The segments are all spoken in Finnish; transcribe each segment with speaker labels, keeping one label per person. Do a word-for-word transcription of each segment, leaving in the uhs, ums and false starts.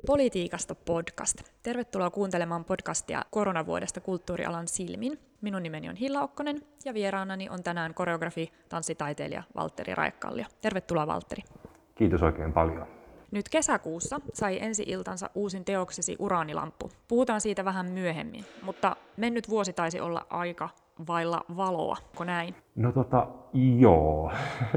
Speaker 1: Politiikasta podcast. Tervetuloa kuuntelemaan podcastia koronavuodesta kulttuurialan silmin. Minun nimeni on Hilla Okkonen ja vieraanani on tänään koreografi, tanssitaiteilija Valtteri Raekallio. Tervetuloa Valtteri.
Speaker 2: Kiitos oikein paljon.
Speaker 1: Nyt kesäkuussa sai ensi-iltansa uusin teoksesi Uraanilamppu. Puhutaan siitä vähän myöhemmin, mutta mennyt vuosi taisi olla aika vailla valoa, onko näin?
Speaker 2: No tota, joo.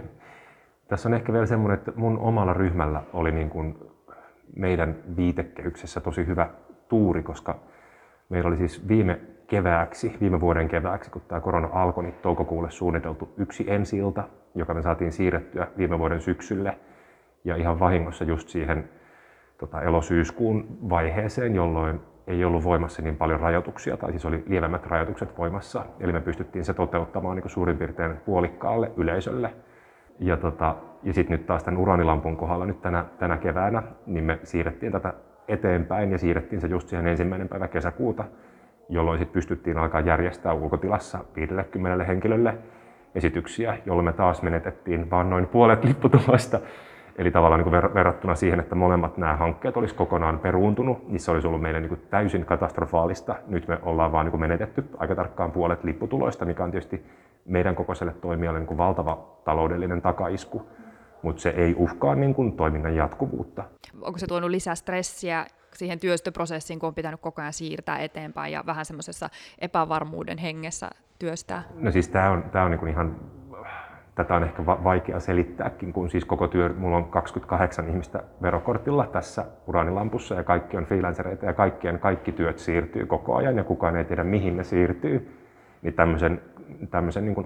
Speaker 2: Tässä on ehkä vielä semmoinen, että mun omalla ryhmällä oli niin kuin meidän viitekehyksessä tosi hyvä tuuri, koska meillä oli siis viime kevääksi, viime vuoden kevääksi, kun tämä korona alkoi, niin toukokuulle suunniteltu yksi ensi-ilta, joka me saatiin siirrettyä viime vuoden syksylle. Ja ihan vahingossa just siihen tota, elosyyskuun vaiheeseen, jolloin ei ollut voimassa niin paljon rajoituksia, tai siis oli lievemmät rajoitukset voimassa. Eli me pystyttiin se toteuttamaan niin kuin suurin piirtein puolikkaalle yleisölle. Ja, tota, ja sitten nyt taas tämän Uraanilampun kohdalla nyt tänä, tänä keväänä, niin me siirrettiin tätä eteenpäin ja siirrettiin se just siihen ensimmäinen päivä kesäkuuta, jolloin sitten pystyttiin alkaa järjestää ulkotilassa viisikymmentä henkilölle esityksiä, jolloin me taas menetettiin vain noin puolet lipputuloista. Eli tavallaan niin kuin verrattuna siihen, että molemmat nämä hankkeet olisi kokonaan peruuntunut, niin se olisi ollut meille niin kuin täysin katastrofaalista. Nyt me ollaan vaan niin kuin menetetty aika tarkkaan puolet lipputuloista, mikä on tietysti meidän kokoiselle toimijalle niin kuin valtava taloudellinen takaisku, mutta se ei uhkaa niin kuin toiminnan jatkuvuutta.
Speaker 1: Onko se tuonut lisää stressiä siihen työstöprosessiin, kun on pitänyt koko ajan siirtää eteenpäin ja vähän semmoisessa epävarmuuden hengessä työstää?
Speaker 2: No siis tämä on, tämä on niin kuin ihan... Tätä on ehkä vaikea selittääkin, kun siis koko työ, mulla on kaksikymmentäkahdeksan ihmistä verokortilla tässä Uraanilampussa ja kaikki on freelancereita ja kaikkien kaikki työt siirtyy koko ajan ja kukaan ei tiedä mihin ne siirtyy. Niin tämmöisen, tämmöisen niin kuin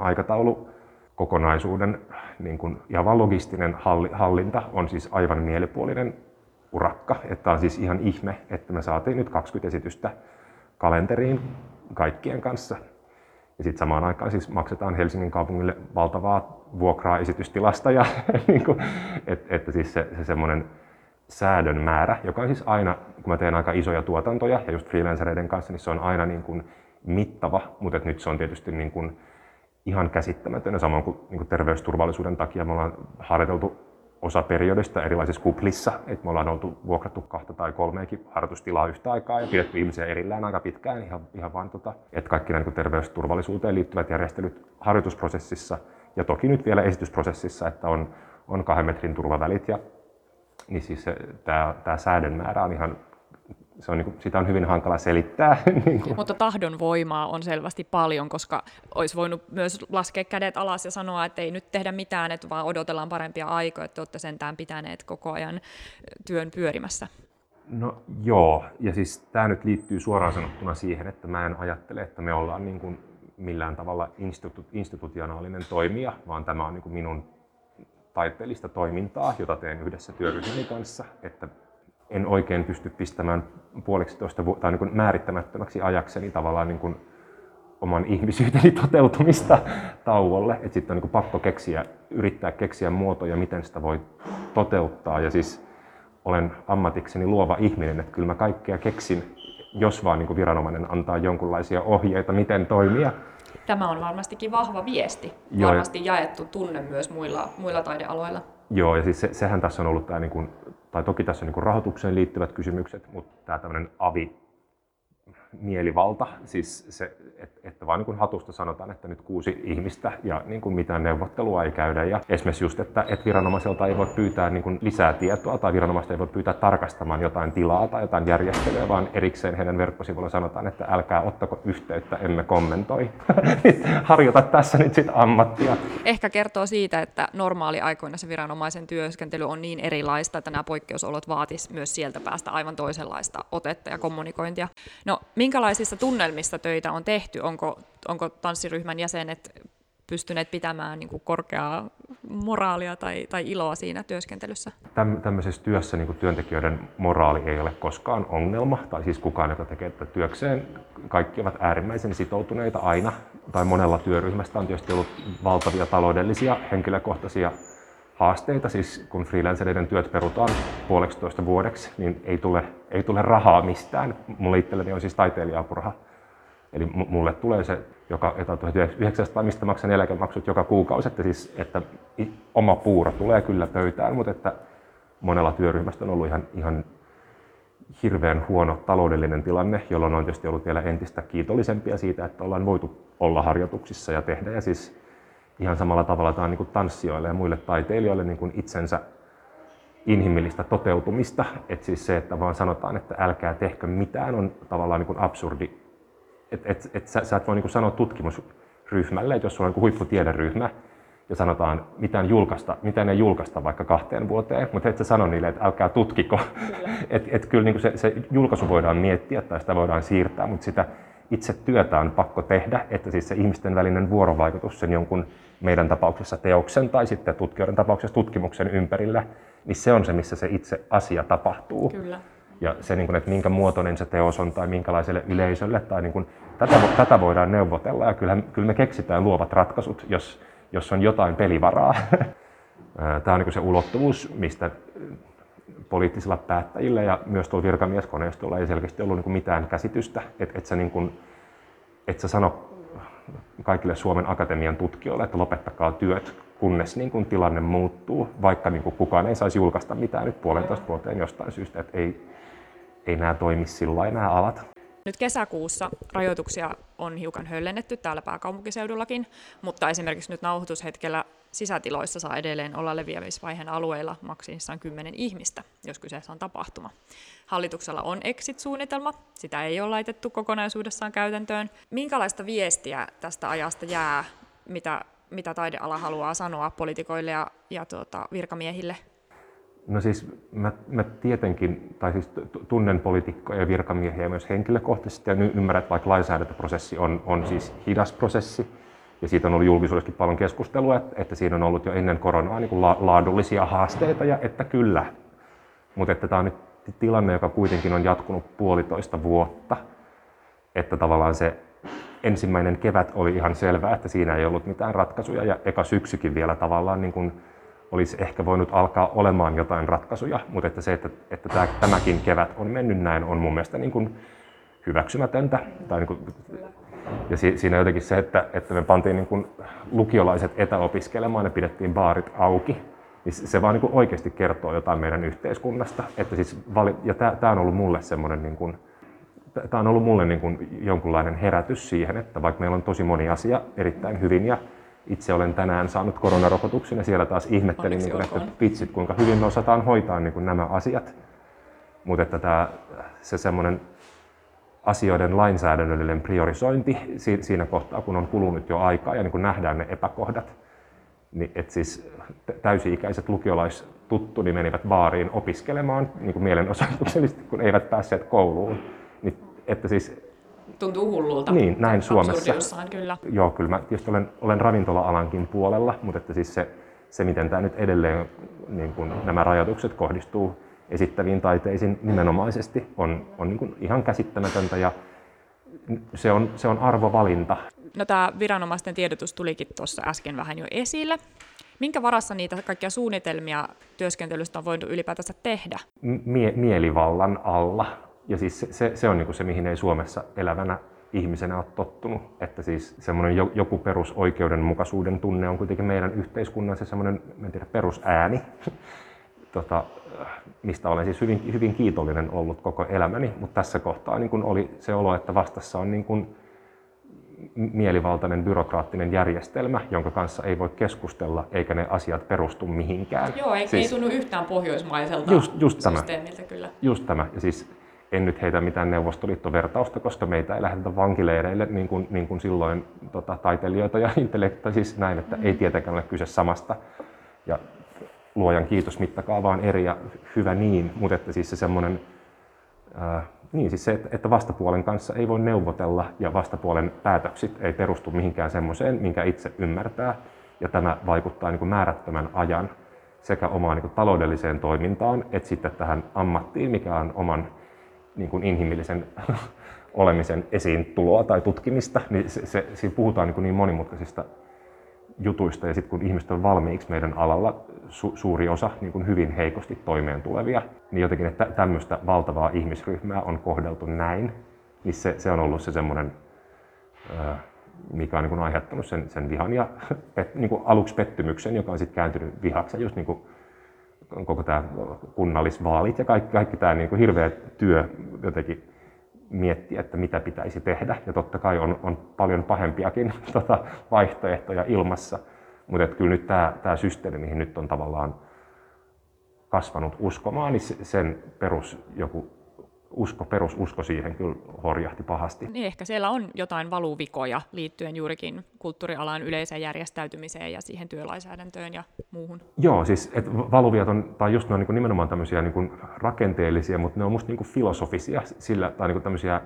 Speaker 2: aikataulukokonaisuuden niin kuin ihan vaan logistinen hallinta on siis aivan mielipuolinen urakka. Että on siis ihan ihme, että me saatiin nyt kaksikymmentä esitystä kalenteriin kaikkien kanssa. Ja sitten samaan aikaan siis maksetaan Helsingin kaupungille valtavaa vuokraa esitystilasta, ja niin kuin, et, että siis se, se semmoinen säädön määrä, joka on siis aina, kun mä teen aika isoja tuotantoja ja just freelancereiden kanssa, niin se on aina niin kuin mittava, mutta nyt se on tietysti niin kuin ihan käsittämätön. Ja samoin kuin, niin kuin terveysturvallisuuden takia me ollaan harjoiteltu osa periodista erilaisissa kuplissa, että me ollaan oltu vuokrattu kahta tai kolmeakin harjoitustilaa yhtä aikaa ja pidetty ihmisiä erillään aika pitkään ihan, ihan vaan tota, että kaikki nämä niin terveysturvallisuuteen liittyvät järjestelyt harjoitusprosessissa ja toki nyt vielä esitysprosessissa, että on, on kahden metrin turvavälit ja niin siis se, tämä, tämä säädön määrä on ihan, se on, niin kuin, sitä on hyvin hankala selittää.
Speaker 1: Mutta tahdon voimaa on selvästi paljon, koska olisi voinut myös laskea kädet alas ja sanoa, että ei nyt tehdä mitään, että vaan odotellaan parempia aikoja, että olette sentään pitäneet koko ajan työn pyörimässä.
Speaker 2: No joo, ja siis tämä nyt liittyy suoraan sanottuna siihen, että mä en ajattele, että me ollaan niin kuin millään tavalla institu- institutionaalinen toimija, vaan tämä on niin kuin minun taiteellista toimintaa, jota teen yhdessä työryhmäni kanssa, että en oikein pysty pistämään puolitoista vu- tai niin kuin määrittämättömäksi ajakseni tavallaan niin kuin oman ihmisyyteni toteutumista tauolle. Sitten on niin kuin pakko keksiä, yrittää keksiä muotoja, miten sitä voi toteuttaa. Ja siis olen ammatikseni luova ihminen, että kyllä mä kaikkea keksin, jos vaan niin kuin viranomainen antaa jonkunlaisia ohjeita, miten toimia.
Speaker 1: Tämä on varmastikin vahva viesti,
Speaker 2: Joo,
Speaker 1: varmasti jaettu tunne myös muilla, muilla taidealoilla.
Speaker 2: Joo, ja siis se, sehän tässä on ollut tämä, niin kuin, tai toki tässä on niin kuin rahoitukseen liittyvät kysymykset, mutta tämä tämmöinen avi-mielivalta, siis se, että, että vaan niin kuin hatusta sanotaan, että nyt kuusi ihmistä ja niin kuin mitään neuvottelua ei käydä. Ja esimerkiksi just, että, että viranomaiselta ei voi pyytää niin kuin lisää tietoa tai viranomaista ei voi pyytää tarkastamaan jotain tilaa tai jotain järjestelyä, vaan erikseen heidän verkkosivuilla sanotaan, että älkää ottako yhteyttä, emme kommentoi. Harjoita tässä nyt sit ammattia.
Speaker 1: Ehkä kertoo siitä, että normaaliaikoina se viranomaisen työskentely on niin erilaista, että nämä poikkeusolot vaatisi myös sieltä päästä aivan toisenlaista otetta ja kommunikointia. No, minkälaisissa tunnelmissa töitä on tehty? Onko, onko tanssiryhmän jäsenet pystyneet pitämään niin kuin korkeaa moraalia tai, tai iloa siinä työskentelyssä?
Speaker 2: Täm, tämmöisessä työssä niin kuin työntekijöiden moraali ei ole koskaan ongelma, tai siis kukaan, joka tekee tätä työkseen. Kaikki ovat äärimmäisen sitoutuneita aina, tai monella työryhmästä on tietysti ollut valtavia taloudellisia, henkilökohtaisia haasteita. Siis kun freelancereiden työt perutaan puoleksitoista vuodeksi, niin ei tule, ei tule rahaa mistään. Mulla itselleni on siis taiteilija-apuraha. Eli mulle tulee se, joka tuhatyhdeksänsataa, mistä maksan eläkemaksut joka kuukausi, että, siis, että oma puuro tulee kyllä pöytään, mutta että monella työryhmästä on ollut ihan, ihan hirveän huono taloudellinen tilanne, jolloin on tietysti ollut vielä entistä kiitollisempia siitä, että ollaan voitu olla harjoituksissa ja tehdä. Ja siis ihan samalla tavalla tämä on niin kuin tanssijoille ja muille taiteilijoille niin kuin itsensä inhimillistä toteutumista. Et siis se, että vaan sanotaan, että älkää tehkö mitään, on tavallaan niin kuin absurdi. Et, et, et sä, sä et voi niin kuin sanoa tutkimusryhmälle, että jos sulla on niin huipputiederyhmä ja sanotaan, mitään, julkaista, mitään ei julkaista vaikka kahteen vuoteen, mutta et sä sano niille, että älkää tutkiko. Että et kyllä niin kuin se, se julkaisu voidaan miettiä tai sitä voidaan siirtää, mutta sitä itse työtä on pakko tehdä, että siis se ihmisten välinen vuorovaikutus sen jonkun meidän tapauksessa teoksen tai sitten tutkijoiden tapauksessa tutkimuksen ympärillä, niin se on se, missä se itse asia tapahtuu.
Speaker 1: Kyllä.
Speaker 2: Ja se, että minkä muotoinen se teos on tai minkälaiselle yleisölle, tai niin kuin, tätä, tätä voidaan neuvotella ja kyllä, kyllä me keksitään luovat ratkaisut, jos, jos on jotain pelivaraa. Tämä on niin kuin se ulottuvuus, mistä poliittisilla päättäjillä ja myös tuolla virkamieskoneistolla ei selkeästi ollut niin kuin mitään käsitystä, että et sä, niin kuin, et sä sano kaikille Suomen Akatemian tutkijoille, että lopettakaa työt, kunnes niin kuin tilanne muuttuu, vaikka niin kuin kukaan ei saisi julkaista mitään nyt puolentoista vuoteen jostain syystä, että ei, ei nämä toimi sillä lailla nämä alat.
Speaker 1: Nyt kesäkuussa rajoituksia on hiukan höllennetty täällä pääkaupunkiseudullakin, mutta esimerkiksi nyt nauhoitushetkellä sisätiloissa saa edelleen olla leviämisvaiheen alueilla maksimissaan kymmenen ihmistä, jos kyseessä on tapahtuma. Hallituksella on exit-suunnitelma, sitä ei ole laitettu kokonaisuudessaan käytäntöön. Minkälaista viestiä tästä ajasta jää, mitä, mitä taideala haluaa sanoa poliitikoille ja, ja tuota, virkamiehille?
Speaker 2: No siis mä, mä tietenkin, tai siis tunnen poliitikkoja ja virkamiehiä myös henkilökohtaisesti ja ymmärrän, että vaikka lainsäädäntöprosessi on, on siis hidas prosessi, ja siitä on ollut julkisuudessakin paljon keskustelua, että, että siinä on ollut jo ennen koronaa niin kuin la, laadullisia haasteita, ja että kyllä. Mutta että tämä on nyt tilanne, joka kuitenkin on jatkunut puolitoista vuotta, että tavallaan se ensimmäinen kevät oli ihan selvää, että siinä ei ollut mitään ratkaisuja, ja eka syksykin vielä tavallaan niin kuin olisi ehkä voinut alkaa olemaan jotain ratkaisuja, mutta että se, että, että tämä, tämäkin kevät on mennyt näin, on mun mielestä niin kuin hyväksymätöntä. Tai niin kuin, ja si, siinä jotenkin se, että, että me pantiin niin kuin lukiolaiset etäopiskelemaan ja pidettiin baarit auki, niin se vaan niin kuin oikeasti kertoo jotain meidän yhteiskunnasta. Että siis, ja tämä on ollut mulle semmoinen, niin kuin, tämä on ollut mulle niin kuin jonkunlainen herätys siihen, että vaikka meillä on tosi moni asia erittäin hyvin ja itse olen tänään saanut koronarokotuksen ja siellä taas ihmettelin, niin kuin, että vitsit, kuinka hyvin me osataan hoitaa niin kuin nämä asiat. Mutta että tämä, se semmoinen asioiden lainsäädännöllinen priorisointi siinä kohtaa, kun on kulunut jo aikaa ja niin kun nähdään ne epäkohdat, niin että siis täysi-ikäiset lukiolaistuttuni menivät baariin opiskelemaan niin kuin mielenosoituksellisesti, kun eivät päässeet kouluun. Niin, että siis,
Speaker 1: tuntuu hullulta.
Speaker 2: Niin, näin Suomessa.
Speaker 1: Kyllä.
Speaker 2: Joo, kyllä mä tietysti olen, olen ravintola-alankin puolella, mutta että siis se, se miten tämä nyt edelleen niin kun nämä rajoitukset kohdistuu esittäviin taiteisiin nimenomaisesti on, on niin kuin ihan käsittämätöntä ja se on, se on arvovalinta.
Speaker 1: No, tämä viranomaisten tiedotus tulikin tuossa äsken vähän jo esille. Minkä varassa niitä kaikkia suunnitelmia työskentelystä on voinut ylipäätänsä tehdä?
Speaker 2: Mie- mielivallan alla. Ja siis se, se, se on niin kuin se, mihin ei Suomessa elävänä ihmisenä ole tottunut. Että siis semmoinen joku perusoikeudenmukaisuuden tunne on kuitenkin meidän yhteiskunnassa semmoinen, en tiedä, perusääni. Tota, mistä olen siis hyvin, hyvin kiitollinen ollut koko elämäni, mutta tässä kohtaa niin kun oli se olo, että vastassa on niin kun mielivaltainen byrokraattinen järjestelmä, jonka kanssa ei voi keskustella, eikä ne asiat perustu mihinkään.
Speaker 1: Joo, ei, siis, ei tunnu yhtään pohjoismaiselta
Speaker 2: just, just
Speaker 1: systeemiltä tämä. Kyllä.
Speaker 2: Just tämä. Ja siis en nyt heitä mitään Neuvostoliittovertausta, koska meitä ei lähetetä vankileireille niin kuin, niin kuin silloin tota, taiteilijoita ja intellektä, siis näin, että mm. ei tietenkään ole kyse samasta. Ja luojan kiitos, mittakaava on eri ja hyvä niin, mutta että siis se semmoinen, ää, niin siis se, että vastapuolen kanssa ei voi neuvotella ja vastapuolen päätökset ei perustu mihinkään semmoiseen, minkä itse ymmärtää. Ja tämä vaikuttaa niin kuin määrättömän ajan sekä omaan niin kuin taloudelliseen toimintaan, että sitten tähän ammattiin, mikä on oman niin kuin inhimillisen olemisen esiintuloa tai tutkimista, niin se, se, siinä puhutaan niin, kuin niin monimutkaisista jutuista ja sitten kun ihmiset on valmiiksi meidän alalla, su- suuri osa niin kuin hyvin heikosti toimeen tulevia, niin jotenkin, että tämmöistä valtavaa ihmisryhmää on kohdeltu näin, niin se, se on ollut se semmoinen, mikä on niin kuin aiheuttanut sen, sen vihan ja pet, niin kuin aluksi pettymyksen, joka on sitten kääntynyt vihaksi. Just niin kuin koko tämä kunnallisvaalit ja kaikki, kaikki tämä niin kuin hirveä työ jotenkin miettiä, että mitä pitäisi tehdä. Ja totta kai on, on paljon pahempiakin tota, vaihtoehtoja ilmassa, mutta kyllä nyt tämä, tämä systeemi, mihin nyt on tavallaan kasvanut uskomaan, niin sen perus joku usko, perususko siihen kyllä horjahti pahasti.
Speaker 1: Niin ehkä siellä on jotain valuvikoja liittyen juurikin kulttuurialan yleiseen järjestäytymiseen ja siihen työlainsäädäntöön ja muuhun.
Speaker 2: Joo, siis et valuviat on, tai just ne on niin nimenomaan tämmöisiä niin rakenteellisia, mutta ne on musta niin filosofisia sillä, tai niin tämmöisiä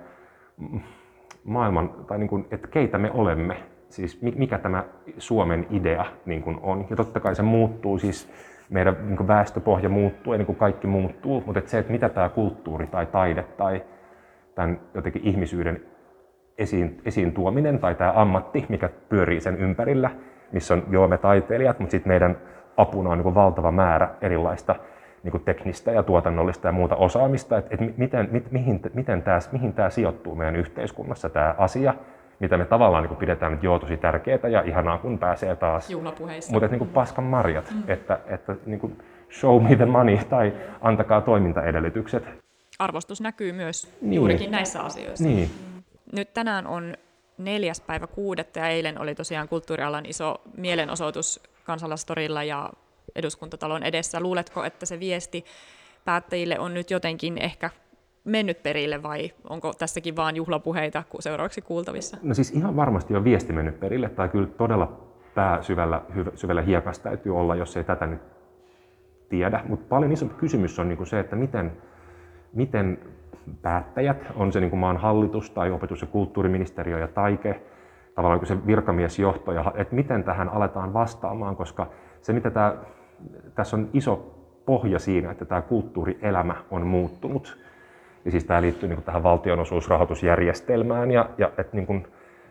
Speaker 2: maailman, tai niin kuin, että keitä me olemme, siis mikä tämä Suomen idea niin kuin on. Ja totta kai se muuttuu, siis meidän niin väestöpohja muuttuu ja niin kaikki muuttuu, mutta että se, että mitä tämä kulttuuri tai taide tai tämän jotenkin ihmisyyden esiin, esiin tuominen tai tämä ammatti, mikä pyörii sen ympärillä, missä on joo me taiteilijat, mutta sitten meidän apuna on niin valtava määrä erilaista niin teknistä ja tuotannollista ja muuta osaamista, että et miten, mit, mihin, miten tämä, mihin tämä sijoittuu meidän yhteiskunnassa, tämä asia, mitä me tavallaan niin pidetään nyt joo tosi tärkeää ja ihanaa, kun pääsee taas.
Speaker 1: Juhlapuheissa.
Speaker 2: Mutta niin paskan marjat, mm. että, että niin kuin show me the money tai antakaa toimintaedellytykset.
Speaker 1: Arvostus näkyy myös niin. juurikin näissä asioissa.
Speaker 2: Niin.
Speaker 1: Nyt tänään on neljäs päivä kuudetta ja eilen oli tosiaan kulttuurialan iso mielenosoitus Kansalastorilla ja Eduskuntatalon edessä. Luuletko, että se viesti päättäjille on nyt jotenkin ehkä mennyt perille vai onko tässäkin vaan juhlapuheita seuraavaksi kuultavissa?
Speaker 2: No siis ihan varmasti on viesti mennyt perille, tai kyllä todella pää syvällä, syvällä hiekassa täytyy olla, jos ei tätä nyt tiedä. Mutta paljon isompi kysymys on niinku se, että miten, miten päättäjät, on se niinku maan hallitus tai opetus- ja kulttuuriministeriö ja taike, tavallaan se virkamiesjohto, ja, että miten tähän aletaan vastaamaan, koska se mitä tää, tässä on iso pohja siinä, että tämä kulttuurielämä on muuttunut. Ja siis tämä liittyy niin tähän valtionosuusrahoitusjärjestelmään ja, ja että niin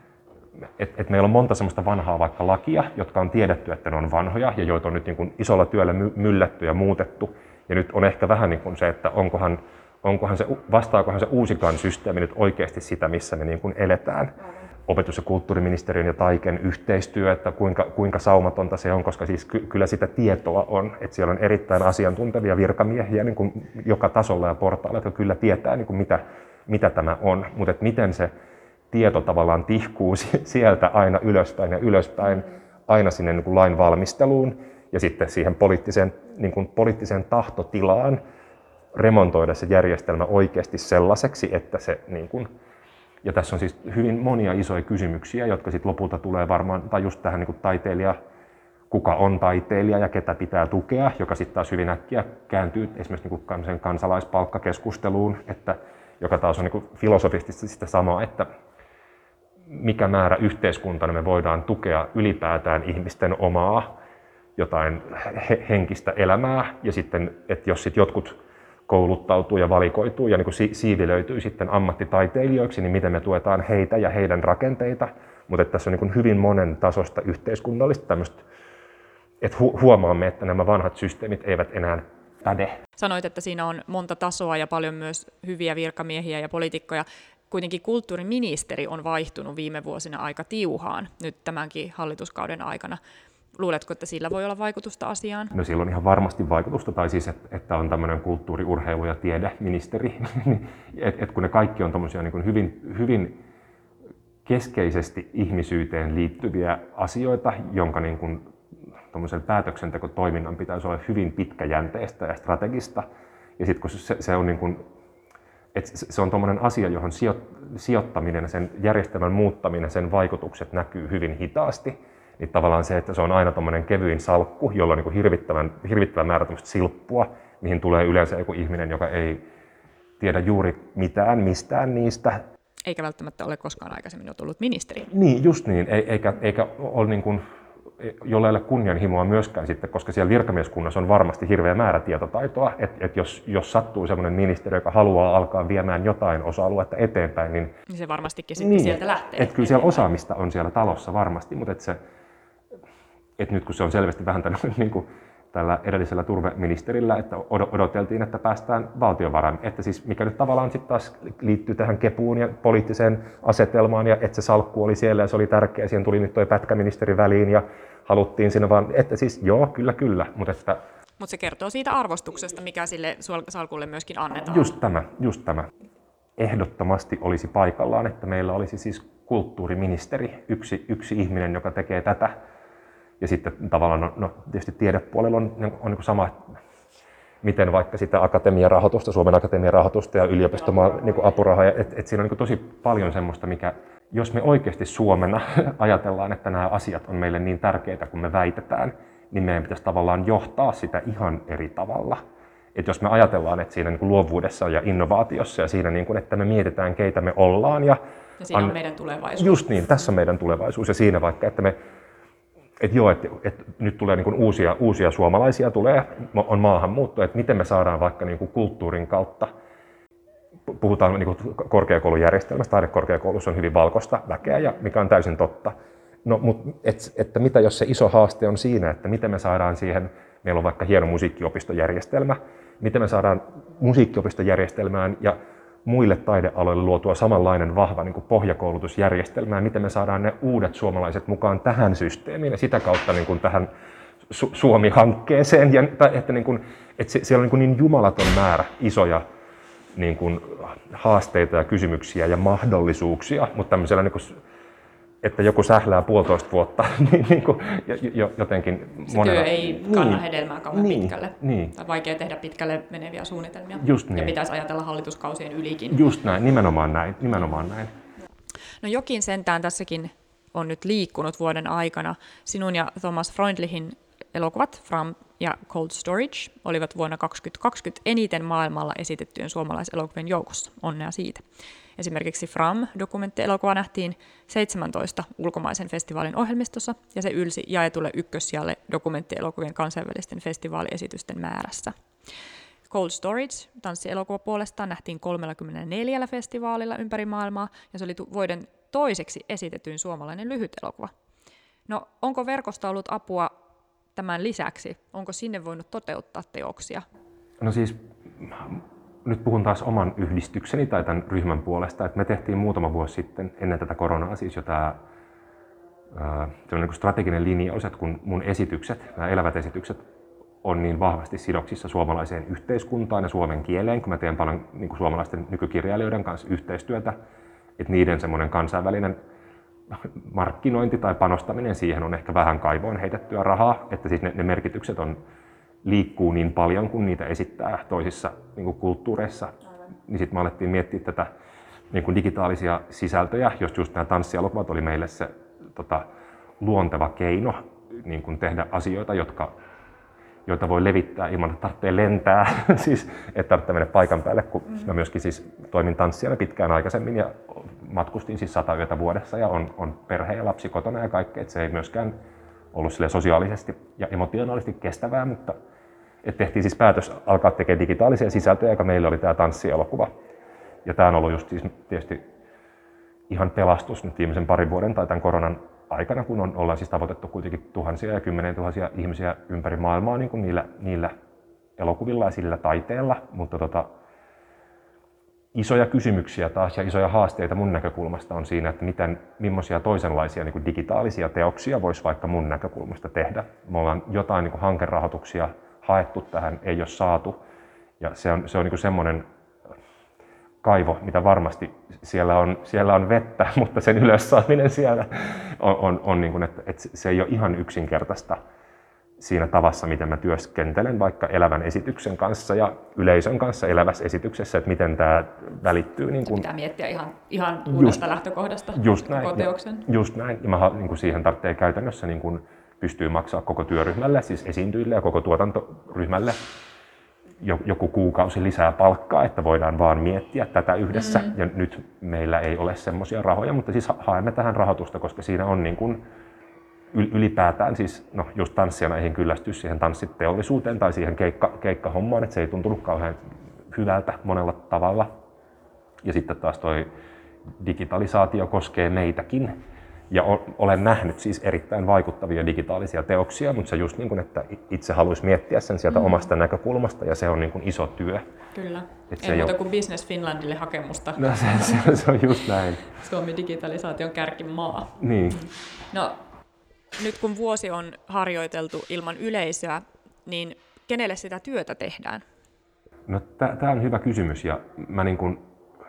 Speaker 2: et, et meillä on monta semmoista vanhaa vaikka lakia, jotka on tiedetty, että ne on vanhoja ja joita on nyt niin isolla työllä myllätty ja muutettu. Ja nyt on ehkä vähän niin se, että onkohan, onkohan se, vastaakohan se uusikaan systeemi nyt oikeasti sitä, missä me niin eletään. Opetus- ja kulttuuriministeriön ja Taiken yhteistyö, että kuinka, kuinka saumatonta se on, koska siis ky- kyllä sitä tietoa on, että siellä on erittäin asiantuntevia virkamiehiä niin kuin joka tasolla ja portailla, jotka kyllä tietää, niin kuin mitä, mitä tämä on, mutta että miten se tieto tavallaan tihkuu sieltä aina ylöspäin ja ylöspäin, aina sinne niin kuin lain valmisteluun ja sitten siihen poliittiseen, niin kuin poliittiseen tahtotilaan remontoida se järjestelmä oikeasti sellaiseksi, että se niin kuin ja tässä on siis hyvin monia isoja kysymyksiä, jotka sitten lopulta tulee varmaan, tai just tähän niin kuin taiteilija, kuka on taiteilija ja ketä pitää tukea, joka sitten taas hyvin äkkiä kääntyy esimerkiksi niin kuin kansalaispalkkakeskusteluun, että, joka taas on niin kuin filosofisesti sitä samaa, että mikä määrä yhteiskuntana me voidaan tukea ylipäätään ihmisten omaa jotain henkistä elämää, ja sitten, että jos sitten jotkut kouluttautuu ja valikoituu ja niin kuin siivilöityy sitten ammattitaiteilijoiksi, niin miten me tuetaan heitä ja heidän rakenteita. Mutta tässä on niin kuin hyvin monen tasosta yhteiskunnallista tämmöistä, että hu- huomaamme, että nämä vanhat systeemit eivät enää päde.
Speaker 1: Sanoit, että siinä on monta tasoa ja paljon myös hyviä virkamiehiä ja poliitikkoja. Kuitenkin kulttuuriministeri on vaihtunut viime vuosina aika tiuhaan nyt tämänkin hallituskauden aikana. Luuletko, että sillä voi olla vaikutusta asiaan?
Speaker 2: No sillä on ihan varmasti vaikutusta, tai siis, että, että on tämmöinen kulttuuri-, urheilu- ja tiedeministeri, että et kun ne kaikki on tommosia niin kuin hyvin, hyvin keskeisesti ihmisyyteen liittyviä asioita, jonka niin kuin tommoisen päätöksentekotoiminnan pitäisi olla hyvin pitkäjänteistä ja strategista, ja sitten kun se, se on niin kuin, että se on tommoinen asia, johon sijoittaminen, sen järjestelmän muuttaminen, sen vaikutukset näkyy hyvin hitaasti, niin tavallaan se, että se on aina tommoinen kevyin salkku, jolla on niin kuin hirvittävän, hirvittävän määrä silppua, mihin tulee yleensä joku ihminen, joka ei tiedä juuri mitään mistään niistä.
Speaker 1: Eikä välttämättä ole koskaan aikaisemmin tullut ministeri.
Speaker 2: Niin, just niin. Eikä, eikä ole niin kuin, jolla ei ole kunnianhimoa myöskään sitten, koska siellä virkamieskunnassa on varmasti hirveä määrä tietotaitoa, että et jos, jos sattuu sellainen ministeri, joka haluaa alkaa viemään jotain osa-aluetta eteenpäin, niin...
Speaker 1: Niin se varmastikin sitten
Speaker 2: niin,
Speaker 1: sieltä lähtee.
Speaker 2: Että kyllä siellä osaamista on siellä talossa varmasti, mutta että se... Et nyt kun se on selvästi vähän tämän, niin kuin tällä edellisellä turveministerillä, että odoteltiin, että päästään valtiovarain, että siis mikä nyt tavallaan sitten taas liittyy tähän kepuun ja poliittiseen asetelmaan ja että se salkku oli siellä ja se oli tärkeä, siihen tuli nyt toi pätkäministeri väliin ja haluttiin sinne vaan, että siis joo, kyllä, kyllä, mutta että
Speaker 1: Mutta se kertoo siitä arvostuksesta, mikä sille salkulle myöskin annetaan.
Speaker 2: Just tämä, just tämä. Ehdottomasti olisi paikallaan, että meillä olisi siis kulttuuriministeri, yksi, yksi ihminen, joka tekee tätä. Ja sitten tavallaan, no, no tietysti tiedepuolella on, on, on niin sama, miten vaikka sitä akatemiarahoitusta, Suomen akatemiarahoitusta ja yliopistomaan niin apurahoja, että et siinä on niin tosi paljon semmoista, mikä, jos me oikeasti Suomena ajatellaan, että nämä asiat on meille niin tärkeitä kuin me väitetään, niin meidän pitäisi tavallaan johtaa sitä ihan eri tavalla. Että jos me ajatellaan, että siinä niin kuin luovuudessa ja innovaatiossa ja siinä, niin kuin, että me mietitään, keitä me ollaan. Ja,
Speaker 1: ja siinä on meidän tulevaisuus.
Speaker 2: Just niin, tässä on meidän tulevaisuus. Ja siinä vaikka, että me, että joo, että, että nyt tulee niin kuin uusia, uusia suomalaisia, tulee, on maahanmuutto, että miten me saadaan vaikka niin kuin kulttuurin kautta, puhutaan niin kuin korkeakoulujärjestelmästä, taidekorkeakoulussa on hyvin valkoista väkeä, ja mikä on täysin totta. No, mutta et, että mitä jos se iso haaste on siinä, että miten me saadaan siihen, meillä on vaikka hieno musiikkiopistojärjestelmä, miten me saadaan musiikkiopistojärjestelmään ja muille taidealoille luotua samanlainen vahva niin kuin pohjakoulutusjärjestelmä, ja miten me saadaan ne uudet suomalaiset mukaan tähän systeemiin ja sitä kautta niin kuin tähän Su- Suomi-hankkeeseen, ja, että, niin kuin, että siellä on niin, kuin niin jumalaton määrä isoja niin kuin haasteita ja kysymyksiä ja mahdollisuuksia, mutta tämmöisellä niin kuin, että joku sählää puolitoista vuotta, niin, niin kuin, jotenkin
Speaker 1: se
Speaker 2: monella...
Speaker 1: työ ei kanna niin, hedelmää kauan
Speaker 2: niin,
Speaker 1: pitkälle.
Speaker 2: Niin.
Speaker 1: Tai vaikea tehdä pitkälle meneviä suunnitelmia.
Speaker 2: Just niin.
Speaker 1: Ja pitäisi ajatella hallituskausien ylikin.
Speaker 2: Just näin, nimenomaan näin, nimenomaan näin.
Speaker 1: No jokin sentään tässäkin on nyt liikkunut vuoden aikana. Sinun ja Thomas Freundlichin elokuvat Fram ja Cold Storage olivat vuonna kaksituhattakaksikymmentä eniten maailmalla esitettyjen suomalaiselokuvien joukossa. Onnea siitä. Esimerkiksi Fram-dokumenttielokuva nähtiin seitsemäntoista ulkomaisen festivaalin ohjelmistossa, ja se ylsi jaetulle ykkössijalle dokumenttielokuvien kansainvälisten festivaaliesitysten määrässä. Cold Storage, tanssielokuva puolestaan, nähtiin kolmekymmentäneljä festivaalilla ympäri maailmaa, ja se oli vuoden toiseksi esitetyin suomalainen lyhytelokuva. No, onko verkosta ollut apua tämän lisäksi? Onko sinne voinut toteuttaa teoksia?
Speaker 2: No siis... Nyt puhun taas oman yhdistykseni tai tämän ryhmän puolesta, että me tehtiin muutama vuosi sitten ennen tätä koronaa siis jo tämä ää, niin strateginen linjaus, että kun mun esitykset, nämä elävät esitykset on niin vahvasti sidoksissa suomalaiseen yhteiskuntaan ja suomen kieleen, kun mä teen paljon niin kuin suomalaisten nykykirjailijoiden kanssa yhteistyötä, että niiden semmoinen kansainvälinen markkinointi tai panostaminen siihen on ehkä vähän kaivoon heitettyä rahaa, että siis ne, ne merkitykset on liikkuu niin paljon, kun niitä esittää toisissa niin kuin kulttuureissa, aivan. Niin sitten me alettiin miettiä tätä niin kuin digitaalisia sisältöjä, jos just nämä tanssielokuvat oli meille se tota, luonteva keino niin kuin tehdä asioita, jotka, joita voi levittää ilman, että tarvitsee lentää, siis että tarvitsee mennä paikan päälle, kun mm. mä myöskin siis toimin tanssijana pitkään aikaisemmin ja matkustin siis sata yötä vuodessa ja on, on perhe ja lapsi kotona ja kaikkea, että se ei myöskään ollut sosiaalisesti ja emotionaalisesti kestävää, mutta et tehtiin siis päätös alkaa tekemään digitaalisia sisältöjä, joka meillä oli tämä tanssielokuva. Ja tämä on ollut just siis tietysti ihan pelastus nyt viimeisen parin vuoden tai tämän koronan aikana, kun on, ollaan siis tavoitettu kuitenkin tuhansia ja kymmenen tuhansia ihmisiä ympäri maailmaa niin kuin niillä, niillä elokuvilla ja sillä taiteella, mutta tota, isoja kysymyksiä taas ja isoja haasteita mun näkökulmasta on siinä, että miten, millaisia toisenlaisia niin kuin digitaalisia teoksia voisi vaikka mun näkökulmasta tehdä. Me ollaan jotain niin kuin hankerahoituksia haettu tähän, ei ole saatu. Ja se on, se on niin kuin semmoinen kaivo, mitä varmasti siellä on, siellä on vettä, mutta sen ylös saaminen siellä on, on, on niin kuin, että, että se ei ole ihan yksinkertaista siinä tavassa, miten mä työskentelen vaikka elävän esityksen kanssa ja yleisön kanssa elävässä esityksessä, että miten tämä välittyy. Niin kun...
Speaker 1: Pitää miettiä ihan, ihan uudesta just, lähtökohdasta
Speaker 2: just näin,
Speaker 1: koko teoksen.
Speaker 2: Just näin. Ja mä, niin kun siihen tarvitsee käytännössä niin kun pystyy maksaa koko työryhmälle, siis esiintyjille ja koko tuotantoryhmälle joku kuukausi lisää palkkaa, että voidaan vaan miettiä tätä yhdessä. Mm-hmm. Ja nyt meillä ei ole semmoisia rahoja, mutta siis haemme tähän rahoitusta, koska siinä on niin kun ylipäätään, siis no just tanssijana eihin kyllästy siihen tanssiteollisuuteen tai siihen keikka, keikkahommaan, että se ei tuntunut kauhean hyvältä monella tavalla. Ja sitten taas toi digitalisaatio koskee meitäkin. Ja olen nähnyt siis erittäin vaikuttavia digitaalisia teoksia, mutta se just niin kuin, että itse haluaisi miettiä sen sieltä mm. omasta näkökulmasta ja se on niin kuin iso työ.
Speaker 1: Kyllä. Ei muuta kuin Business Finlandille hakemusta.
Speaker 2: No se, se, se on just näin.
Speaker 1: Suomi digitalisaation kärkimaa.
Speaker 2: Niin.
Speaker 1: No nyt kun vuosi on harjoiteltu ilman yleisöä, niin kenelle sitä työtä tehdään?
Speaker 2: No tämä on hyvä kysymys ja mä niin kuin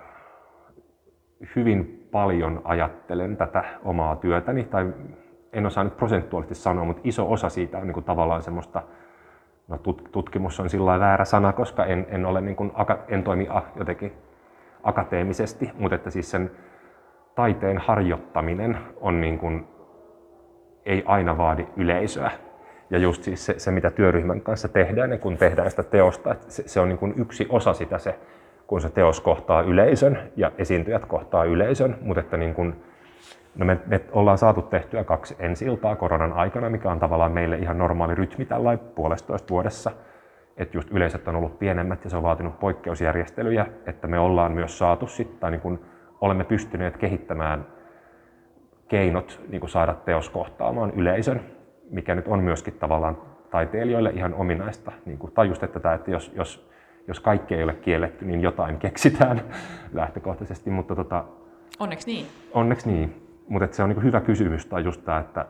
Speaker 2: hyvin paljon ajattelen tätä omaa työtäni, tai en osaa nyt prosentuaalisesti sanoa, mutta iso osa siitä on niin kuin tavallaan semmoista, no tutkimus on sillä väärä sana, koska en, en, ole niin kuin, en toimi jotenkin akateemisesti, mutta että siis sen taiteen harjoittaminen on niin kuin, ei aina vaadi yleisöä. Ja just siis se, se, mitä työryhmän kanssa tehdään, ja kun tehdään sitä teosta, se, se on niin kuin yksi osa sitä se, kun se teos kohtaa yleisön ja esiintyjät kohtaa yleisön, mutta että niin kuin, no me, me ollaan saatu tehtyä kaksi ensi-iltaa koronan aikana, mikä on tavallaan meille ihan normaali rytmi tällainen puolestoista vuodessa. Että just yleisöt on ollut pienemmät ja se on vaatinut poikkeusjärjestelyjä, että me ollaan myös saatu sitten, tai niin kuin olemme pystyneet kehittämään keinot niin kuin saada teos kohtaamaan yleisön, mikä nyt on myöskin tavallaan taiteilijoille ihan ominaista. Niin kuin, tai just, että, tämä, että jos, jos, jos kaikki ei ole kielletty, niin jotain keksitään lähtökohtaisesti. Mutta tota,
Speaker 1: onneksi niin.
Speaker 2: Onneksi niin. Mutta se on niin kuin hyvä kysymys, tai just tämä, että,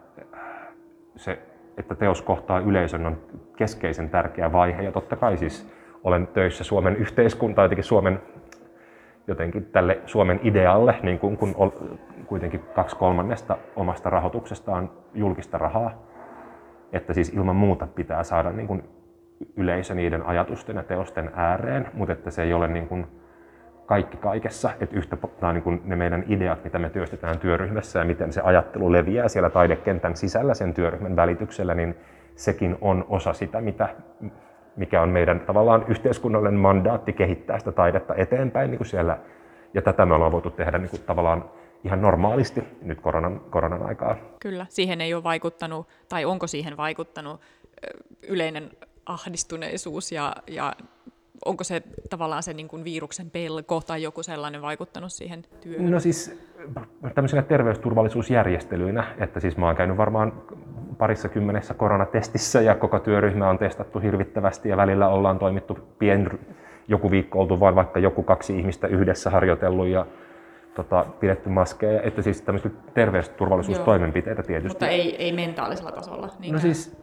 Speaker 2: se, että teos kohtaa yleisön on keskeisen tärkeä vaihe. Ja totta kai siis olen töissä Suomen yhteiskuntaa, jotenkin Suomen, jotenkin tälle Suomen idealle, niin kun, kun kuitenkin kaksi kolmannesta omasta rahoituksesta on julkista rahaa. Että siis ilman muuta pitää saada niin kuin yleisö niiden ajatusten ja teosten ääreen, mutta että se ei ole niin kuin kaikki kaikessa. Että yhtä niin kuin ne meidän ideat, mitä me työstetään työryhmässä ja miten se ajattelu leviää siellä taidekentän sisällä sen työryhmän välityksellä, niin sekin on osa sitä, mitä, mikä on meidän tavallaan yhteiskunnallinen mandaatti kehittää sitä taidetta eteenpäin niin kuin siellä. Ja tätä me ollaan voitu tehdä niin kuin tavallaan ihan normaalisti nyt koronan, koronan aikaa.
Speaker 1: Kyllä, siihen ei ole vaikuttanut, tai onko siihen vaikuttanut yleinen ahdistuneisuus ja, ja onko se tavallaan se niin kuin viruksen pelko tai joku sellainen vaikuttanut siihen työhön?
Speaker 2: No siis tämmöisenä terveysturvallisuusjärjestelyinä, että siis mä oon käynyt varmaan parissa kymmenessä koronatestissä ja koko työryhmä on testattu hirvittävästi ja välillä ollaan toimittu pien, joku viikko oltu vaan vaikka joku kaksi ihmistä yhdessä harjoitellut ja Tota, pidetty maskeja, että siis tämmöistä terveysturvallisuustoimenpiteitä tietysti.
Speaker 1: Mutta ei, ei mentaalisella tasolla? Niinkään.
Speaker 2: No siis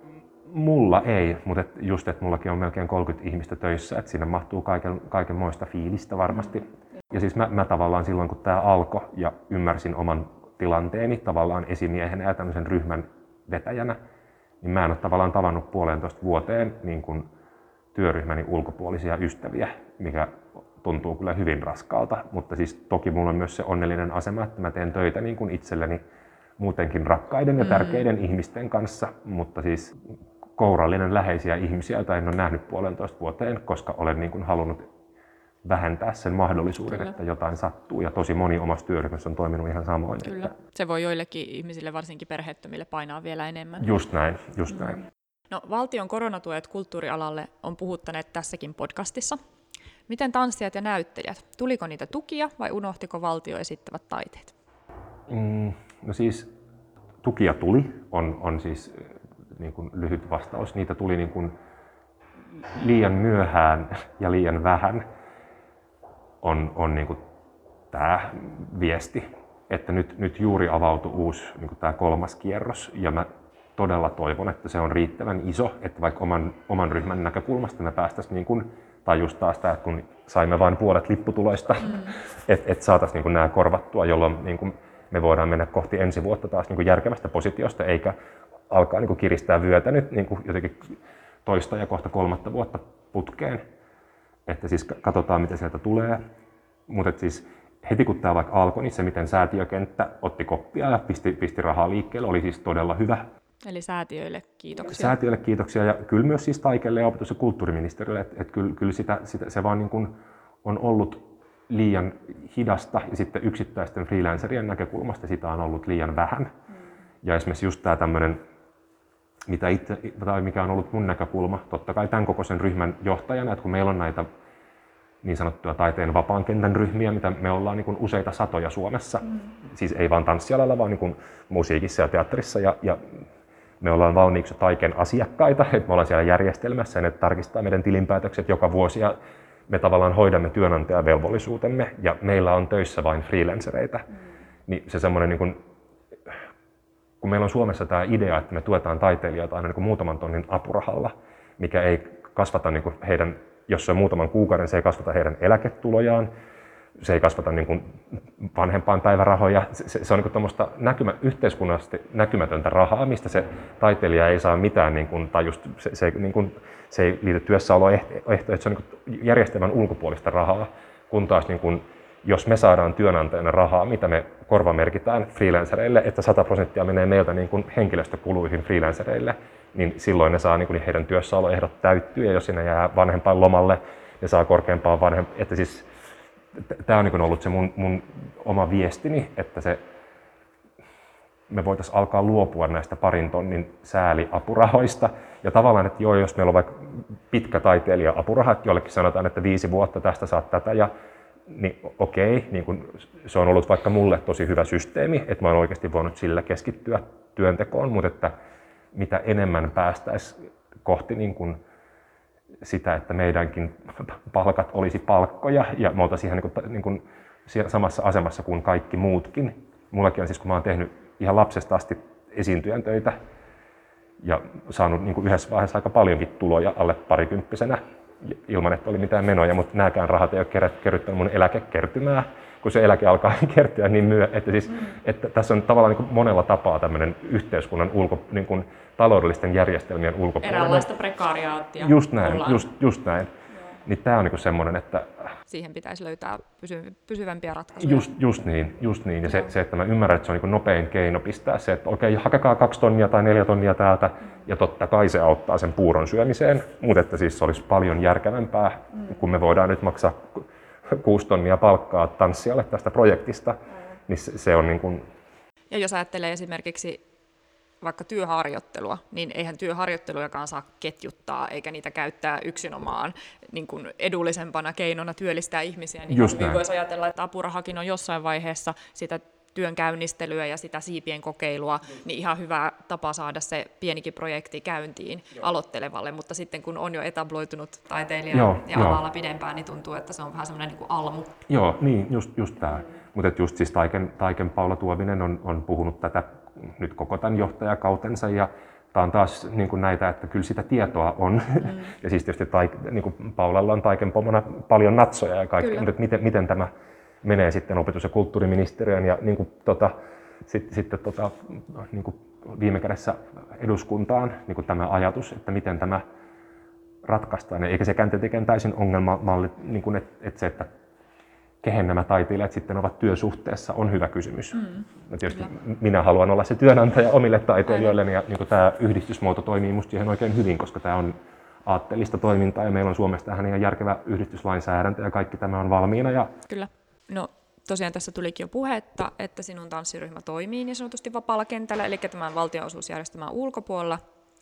Speaker 2: mulla ei, mutta et just, että mullakin on melkein kolmekymmentä ihmistä töissä, että siinä mahtuu kaiken, kaikenmoista fiilistä varmasti. Ja siis mä, mä tavallaan silloin, kun tämä alkoi ja ymmärsin oman tilanteeni tavallaan esimiehenä ja tämmöisen ryhmän vetäjänä, niin mä en ole tavallaan tavannut puolentoista vuoteen niin kuin työryhmäni ulkopuolisia ystäviä, mikä tuntuu kyllä hyvin raskaalta, mutta siis toki mulla on myös se onnellinen asema, että mä teen töitä niin kuin itselleni muutenkin rakkaiden ja tärkeiden mm. ihmisten kanssa, mutta siis kourallinen läheisiä ihmisiä, joita en ole nähnyt puolentoista vuoteen, koska olen niin kuin halunnut vähentää sen mahdollisuuden, kyllä, että jotain sattuu. Ja tosi moni omassa työryhmässä on toiminut ihan samoin.
Speaker 1: Kyllä.
Speaker 2: Että
Speaker 1: se voi joillekin ihmisille, varsinkin perheettömille, painaa vielä enemmän.
Speaker 2: Just näin, just
Speaker 1: mm.
Speaker 2: näin.
Speaker 1: No, valtion koronatuet kulttuurialalle on puhuttaneet tässäkin podcastissa. Miten tanssijat ja näyttelijät? Tuliko niitä tukia vai unohtiko valtio esittävät taiteet?
Speaker 2: Mm, no siis tukia tuli, on, on siis niin kuin lyhyt vastaus. Niitä tuli niin kuin liian myöhään ja liian vähän on, on niin kuin tämä viesti. Että nyt, nyt juuri avautui uusi niin kuin tämä kolmas kierros ja mä todella toivon, että se on riittävän iso, että vaikka oman, oman ryhmän näkökulmasta me päästäisiin niin kuin, tai just taas tämä, kun saimme vain puolet lipputuloista, mm. että et saataisiin niin nämä korvattua, jolloin niin kuin me voidaan mennä kohti ensi vuotta taas niin kuin järkevästä positiosta, eikä alkaa niin kuin kiristää vyötä nyt niin kuin jotenkin toista ja kohta kolmatta vuotta putkeen. Että siis katsotaan, mitä sieltä tulee. Mutta siis heti kun tämä vaikka alkoi, niin se miten säätiökenttä otti koppia ja pisti, pisti rahaa liikkeelle, oli siis todella hyvä.
Speaker 1: Eli säätiöille kiitoksia.
Speaker 2: Säätiöille kiitoksia ja kyllä myös siis Taikeelle ja opetus- ja kulttuuriministeriölle, että et kyllä, kyllä sitä, sitä, se vaan niin kuin on ollut liian hidasta ja sitten yksittäisten freelancerien näkökulmasta sitä on ollut liian vähän. Mm. Ja esimerkiksi just tämä tämmöinen, mitä itse, tai mikä on ollut mun näkökulma, totta kai tämän kokoisen ryhmän johtajana, että kun meillä on näitä niin sanottuja taiteen vapaan kentän ryhmiä, mitä me ollaan niin kuin useita satoja Suomessa, mm. siis ei vaan tanssialalla, vaan niin kuin musiikissa ja teatterissa ja, ja me ollaan valmiiksi Taiken asiakkaita, että me ollaan siellä järjestelmässä ja ne tarkistaa meidän tilinpäätökset joka vuosi ja me tavallaan hoidamme työnantajavelvollisuutemme ja meillä on töissä vain freelancereita. Mm. Niin se semmoinen, niin kuin, kun meillä on Suomessa tämä idea, että me tuetaan taiteilijoita aina niin kuin muutaman tonnin apurahalla, mikä ei kasvata niin kuin heidän, jos se on muutaman kuukauden, se ei kasvata heidän eläketulojaan, se ei kasvata niin kuin vanhempainpäivärahoja. Se, se on niin kuin näkymä, yhteiskunnallisesti näkymätöntä rahaa, mistä se taiteilija ei saa mitään, niin kuin, tai just se, se, niin kuin, se ei liity työssäoloehtoihin, että se on niin kuin järjestelmän ulkopuolista rahaa, kun taas niin kuin, jos me saadaan työnantajana rahaa, mitä me korvamerkitään freelancereille, että sata prosenttia menee meiltä niin kuin henkilöstökuluihin freelancereille, niin silloin ne saa, niin kuin heidän työssäoloehdot täyttyy, ja jos sinne jää vanhempain lomalle, ne saa korkeampaa vanhempain. Että siis, tämä on niin kuin ollut se mun, mun oma viestini, että se, me voitaisiin alkaa luopua näistä parin tonnin sääliapurahoista. Ja tavallaan, että joo, jos meillä on vaikka pitkä taiteilija-apuraha, että jollekin sanotaan, että viisi vuotta tästä saat tätä, ja niin okei, niin kun se on ollut vaikka mulle tosi hyvä systeemi, että mä oon oikeasti voinut sillä keskittyä työntekoon, mutta että mitä enemmän päästäisiin kohti niin kun sitä, että meidänkin palkat olisi palkkoja ja me oltaisiin ihan niin kuin, niin kuin samassa asemassa kuin kaikki muutkin. Mullakin on siis, kun mä oon tehnyt ihan lapsesta asti esiintyjän töitä ja saanut niin kuin yhdessä vaiheessa aika paljonkin tuloja alle parikymppisenä ilman, että oli mitään menoja, mutta nämäkään rahat ei ole kerryttänyt mun eläkekertymää, kun se eläke alkaa kertyä niin myö, että, siis, että tässä on tavallaan niin kuin monella tapaa tämmöinen yhteiskunnan ulko, niin kuin taloudellisten järjestelmien ulkopuolella.
Speaker 1: Eräänlaista prekaariaattia.
Speaker 2: Just näin, just, just näin. Niin tämä on niin kuin semmoinen, että
Speaker 1: siihen pitäisi löytää pysy, pysyvämpiä ratkaisuja.
Speaker 2: Just, just niin, just niin. Ja se, se, että mä ymmärrän, että se on niin kuin nopein keino pistää se, että okei, hakekaa kaksi tonnia tai neljä tonnia täältä, mm. ja totta kai se auttaa sen puuron syömiseen, mutta että siis se olisi paljon järkevämpää, mm. kun me voidaan nyt maksaa kuusi tonnia palkkaa tanssijalle tästä projektista, mm. niin se, se on niin kuin.
Speaker 1: Ja jos ajattelee esimerkiksi vaikka työharjoittelua, niin eihän työharjoittelujakaan saa ketjuttaa eikä niitä käyttää yksinomaan niin kuin edullisempana keinona työllistää ihmisiä. Niin hyvin voisi ajatella, että apurahakin on jossain vaiheessa sitä työn käynnistelyä ja sitä siipien kokeilua, niin ihan hyvä tapa saada se pienikin projekti käyntiin Joo. aloittelevalle, mutta sitten kun on jo etabloitunut taiteilija Joo, ja jo. alalla pidempään, niin tuntuu, että se on vähän semmoinen niin kuin almu.
Speaker 2: Joo, niin, just, just tämä. Mm. Mutta just siis Taiken, Taiken Paula Tuominen on, on puhunut tätä nyt koko tämän johtajakautensa, ja tämä on taas niin kuin näitä, että kyllä sitä tietoa on. Mm. ja siis tietysti taik, niin kuin Paulalla on Taiken pomona paljon natsoja ja kaikkea, mutta miten, miten tämä menee sitten opetus- ja kulttuuriministeriön ja niin kuin, tota, sitten, sitten tota, niin kuin viime kädessä eduskuntaan niin kuin tämä ajatus, että miten tämä ratkaistaan. Eikä sekään tietenkään täysin ongelmamalli, niin kuin, että, että se, että kehen nämä taiteilijat sitten ovat työsuhteessa, on hyvä kysymys. Mm. No tietysti Kyllä. minä haluan olla se työnantaja omille taiteilijoille, ja niin kuin tämä yhdistysmuoto toimii minusta siihen oikein hyvin, koska tämä on aatteellista toimintaa, ja meillä on Suomessa tähän ihan järkevä yhdistyslainsäädäntö, ja kaikki tämä on valmiina. Ja
Speaker 1: Kyllä. No tosiaan tässä tulikin jo puhetta, että sinun tanssiryhmä toimii niin sanotusti vapaalla kentällä, eli tämän valtionosuusjärjestelmän ulkopuolella.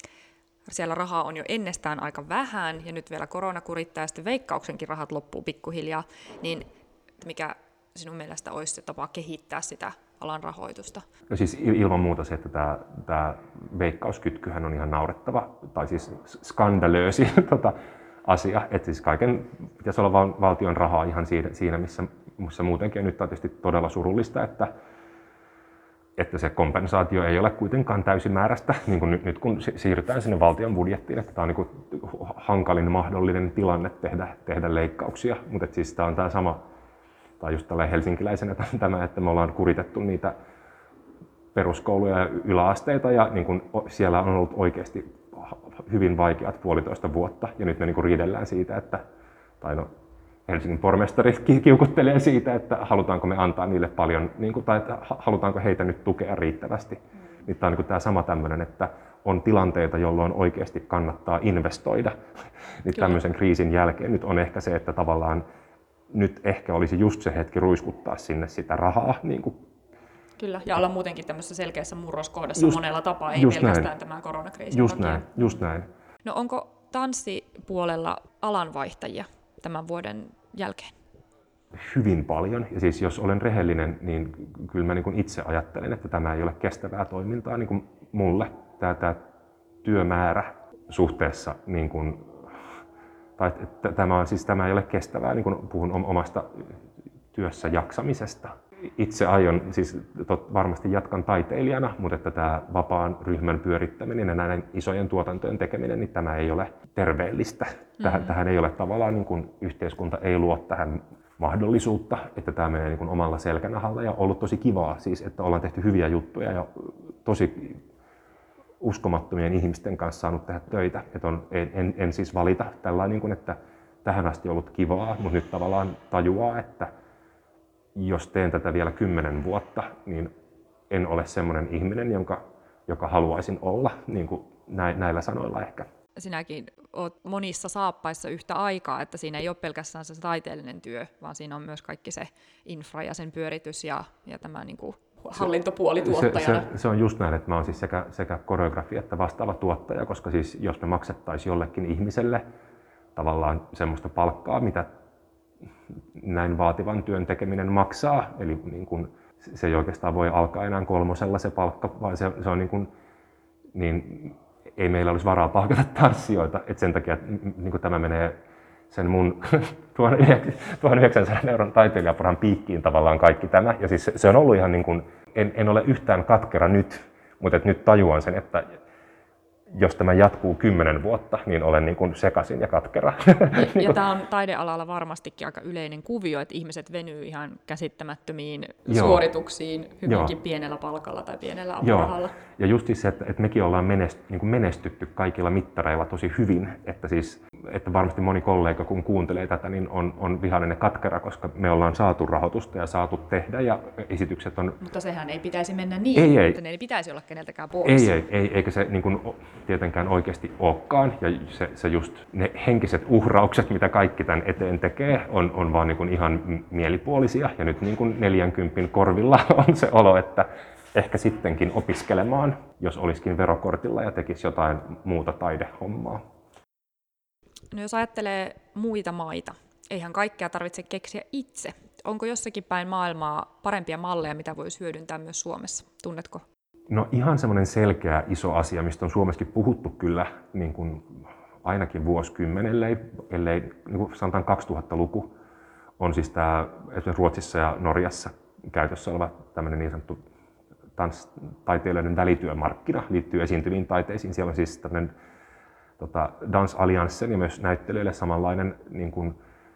Speaker 1: Siellä rahaa on jo ennestään aika vähän, ja nyt vielä korona kurittaa, ja sitten Veikkauksenkin rahat loppuu pikkuhiljaa, niin mikä sinun mielestä olisi se tapa kehittää sitä alan rahoitusta?
Speaker 2: No siis ilman muuta se, että tämä, tämä veikkauskytkyhän on ihan naurettava, tai siis skandalöösi tota, asia, että siis kaiken pitäisi olla val- valtion rahaa ihan siinä, siinä missä, missä muutenkin, ja nyt on tietysti todella surullista, että, että se kompensaatio ei ole kuitenkaan täysimääräistä, niin kuin nyt, nyt kun siirrytään sinne valtion budjettiin, että tämä on niin kuin hankalin mahdollinen tilanne tehdä, tehdä leikkauksia, mutta siis tämä on tämä sama, tai just tällainen helsinkiläisenä tämä, että me ollaan kuritettu niitä peruskouluja ja yläasteita, ja niin kun siellä on ollut oikeasti hyvin vaikeat puolitoista vuotta, ja nyt me niin kun riidellään siitä, että, tai no, Helsingin pormestari kiukuttelee siitä, että halutaanko me antaa niille paljon, niin kun, tai että halutaanko heitä nyt tukea riittävästi. Mm. Nyt tämä on niin tämä sama tämmöinen, että on tilanteita, jolloin oikeasti kannattaa investoida. Nyt tämmöisen kriisin jälkeen nyt on ehkä se, että tavallaan nyt ehkä olisi just se hetki ruiskuttaa sinne sitä rahaa. Niin kuin.
Speaker 1: Kyllä, ja olla muutenkin tämmöisessä selkeässä murroskohdassa just, monella tapaa, ei pelkästään näin. Tämän koronakriisin
Speaker 2: just
Speaker 1: takia.
Speaker 2: Näin, just näin.
Speaker 1: No onko tanssipuolella alanvaihtajia tämän vuoden jälkeen?
Speaker 2: Hyvin paljon, ja siis jos olen rehellinen, niin kyllä mä niin kuin itse ajattelen, että tämä ei ole kestävää toimintaa niin kuin mulle. Tämä, tämä työmäärä suhteessa niin kuin, tai tämä, on, siis tämä ei ole kestävää, niin kun puhun omasta työssä jaksamisesta. itse aion, siis tot, varmasti jatkan taiteilijana, mutta että tämä vapaan ryhmän pyörittäminen ja näiden isojen tuotantojen tekeminen, niin tämä ei ole terveellistä. Tähän, mm-hmm. tähän ei ole tavallaan, niin kuin yhteiskunta ei luo tähän mahdollisuutta, että tämä menee niin kuin omalla selkänahalla ja ollut tosi kivaa, siis että ollaan tehty hyviä juttuja ja tosi uskomattomien ihmisten kanssa saanut tehdä töitä. Että on, en, en, en siis valita tällainen, niin kuin, että tähän asti ollut kivaa, mutta nyt tavallaan tajuaa, että jos teen tätä vielä kymmenen vuotta, niin en ole semmoinen ihminen, jonka, joka haluaisin olla, niin kuin näillä sanoilla ehkä.
Speaker 1: Sinäkin olet monissa saappaissa yhtä aikaa, että siinä ei ole pelkästään se taiteellinen työ, vaan siinä on myös kaikki se infra ja sen pyöritys ja, ja tämä niin kuin hallintopuoli tuottajana.
Speaker 2: Se, se, se on just näin, että mä oon siis sekä, sekä koreografi että vastaava tuottaja, koska siis jos me maksettaisiin jollekin ihmiselle tavallaan semmoista palkkaa, mitä näin vaativan työn tekeminen maksaa, eli niin kun se ei oikeastaan voi alkaa enää kolmosella se palkka, vaan se, se on niin kuin, niin ei meillä olisi varaa palkata tanssijoita, että sen takia niin kuin tämä menee sen mun tuhatyhdeksänsadan euron taiteilijapuran piikkiin tavallaan kaikki tämä, ja siis se, se on ollut ihan niin kuin, en, en ole yhtään katkera nyt, mutta et nyt tajuan sen, että jos tämä jatkuu kymmenen vuotta, niin olen niin kuin sekaisin ja katkera.
Speaker 1: Ja, ja tämä on taidealalla varmastikin aika yleinen kuvio, että ihmiset venyy ihan käsittämättömiin Joo. suorituksiin hyvinkin Joo. pienellä palkalla tai pienellä apurahalla.
Speaker 2: Ja just se, että, että mekin ollaan menest, niin kuin menestytty kaikilla mittareilla tosi hyvin, että, siis, että varmasti moni kollega kun kuuntelee tätä, niin on, on vihainen ja katkera, koska me ollaan saatu rahoitusta ja saatu tehdä ja esitykset on...
Speaker 1: Mutta sehän ei pitäisi mennä niin,
Speaker 2: ei, ei.
Speaker 1: että ne ei pitäisi olla keneltäkään pois.
Speaker 2: Ei, ei, ei eikä se niin kuin, tietenkään oikeasti olekaan, ja se, se just ne henkiset uhraukset, mitä kaikki tämän eteen tekee, on, on vaan niin kuin ihan mielipuolisia, ja nyt niin kuin neljänkympin korvilla on se olo, että ehkä sittenkin opiskelemaan, jos olisikin verokortilla ja tekisi jotain muuta taidehommaa.
Speaker 1: No jos ajattelee muita maita, eihän kaikkea tarvitse keksiä itse. Onko jossakin päin maailmaa parempia malleja, mitä voisi hyödyntää myös Suomessa? Tunnetko?
Speaker 2: No ihan semmoinen selkeä iso asia, mistä on Suomessakin puhuttu kyllä niin kuin ainakin vuosikymmenen, ellei, ellei niin kuin sanotaan kaksituhattaluku, on siis tämä esimerkiksi Ruotsissa ja Norjassa käytössä oleva tämmöinen niin sanottu tans, taiteilijoiden välityömarkkina, liittyy esiintyviin taiteisiin. Siellä on siis tämmöinen tota, Dansallianssen ja myös näyttelijöille samanlainen, niin kuin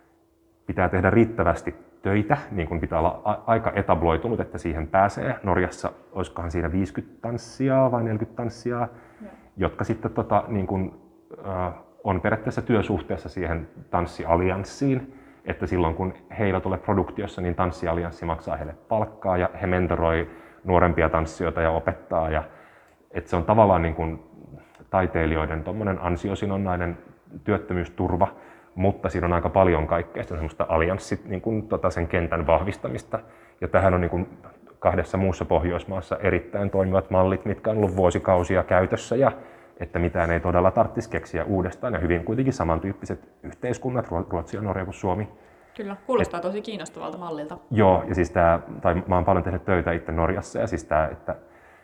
Speaker 2: pitää tehdä riittävästi töitä, niin kuin pitää olla a- aika etabloitunut, että siihen pääsee. Norjassa olisikohan siinä viisikymmentä tanssia vai neljäkymmentä tanssia, ja. jotka sitten tota, niin kuin, äh, on periaatteessa työsuhteessa siihen tanssiallianssiin, että silloin kun he eivät ole produktiossa, niin tanssiallianssi maksaa heille palkkaa ja he mentoroi nuorempia tanssijoita ja opettaa. Ja, että se on tavallaan niin kuin taiteilijoiden tommoinen ansiosidonnainen työttömyysturva, mutta siinä on aika paljon kaikkea semmoista allianssit, niin kuin tota sen kentän vahvistamista. Ja tähän on niin kuin kahdessa muussa Pohjoismaassa erittäin toimivat mallit, mitkä on ollut vuosikausia käytössä ja että mitään ei todella tarvitsisi keksiä uudestaan. Ja hyvin kuitenkin samantyyppiset yhteiskunnat, Ruotsi ja Norja kuin Suomi.
Speaker 1: Kyllä, kuulostaa Et, tosi kiinnostavalta mallilta.
Speaker 2: Joo, ja siis tämä, tai mä oon paljon tehnyt töitä itse Norjassa ja siis tämä, että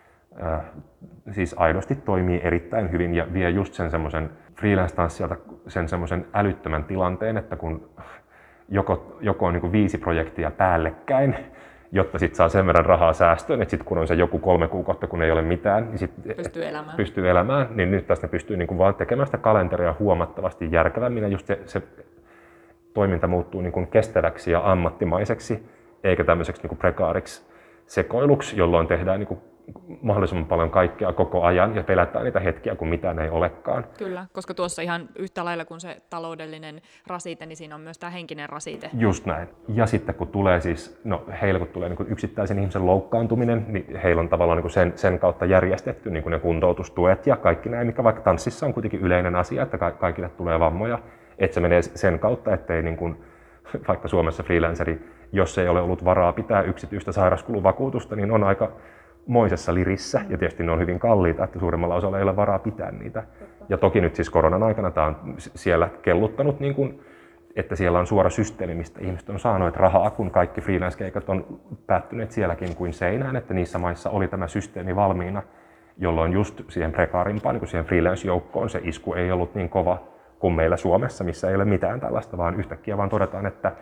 Speaker 2: äh, siis aidosti toimii erittäin hyvin ja vie just sen semmoisen freelance-tanssijalta sen semmoisen älyttömän tilanteen, että kun joko, joko on niin kuin viisi projektia päällekkäin, jotta sit saa sen verran rahaa säästöön, että sit kun on se joku kolme kuukautta, kun ei ole mitään, niin sit
Speaker 1: pystyy elämään,
Speaker 2: pystyy elämään niin nyt tästä ne pystyy niin kuin vaan tekemään sitä kalenteria huomattavasti järkevämmin ja just se, se toiminta muuttuu niin kuin kestäväksi ja ammattimaiseksi, eikä tämmöiseksi niin kuin prekaariksi sekoiluksi, jolloin tehdään niin kuin mahdollisimman paljon kaikkea koko ajan ja pelätään niitä hetkiä, kun mitään ei olekaan.
Speaker 1: Kyllä, koska tuossa ihan yhtä lailla kuin se taloudellinen rasite, niin siinä on myös tämä henkinen rasite.
Speaker 2: Just näin. Ja sitten kun tulee siis, no heillä kun tulee niin kuin yksittäisen ihmisen loukkaantuminen, niin heillä on tavallaan niin kuin sen, sen kautta järjestetty niin kuin ne kuntoutustuet ja kaikki näin, mikä vaikka tanssissa on kuitenkin yleinen asia, että kaikille tulee vammoja. Että se menee sen kautta, ettei niin kuin, vaikka Suomessa freelanceri, jos ei ole ollut varaa pitää yksityistä sairauskuluvakuutusta, niin on aika moisessa lirissä, ja tietysti ne on hyvin kalliita, että suurimmalla osalla ei ole varaa pitää niitä. Ja toki nyt siis koronan aikana tämä on siellä kelluttanut, niin kuin, että siellä on suora systeemi, mistä ihmiset on saanut rahaa, kun kaikki freelance-keikat on päättyneet sielläkin kuin seinään, että niissä maissa oli tämä systeemi valmiina, jolloin just siihen prekaarimpaan, niin kuin siihen freelance-joukkoon se isku ei ollut niin kova kuin meillä Suomessa, missä ei ole mitään tällaista, vaan yhtäkkiä vaan todetaan, että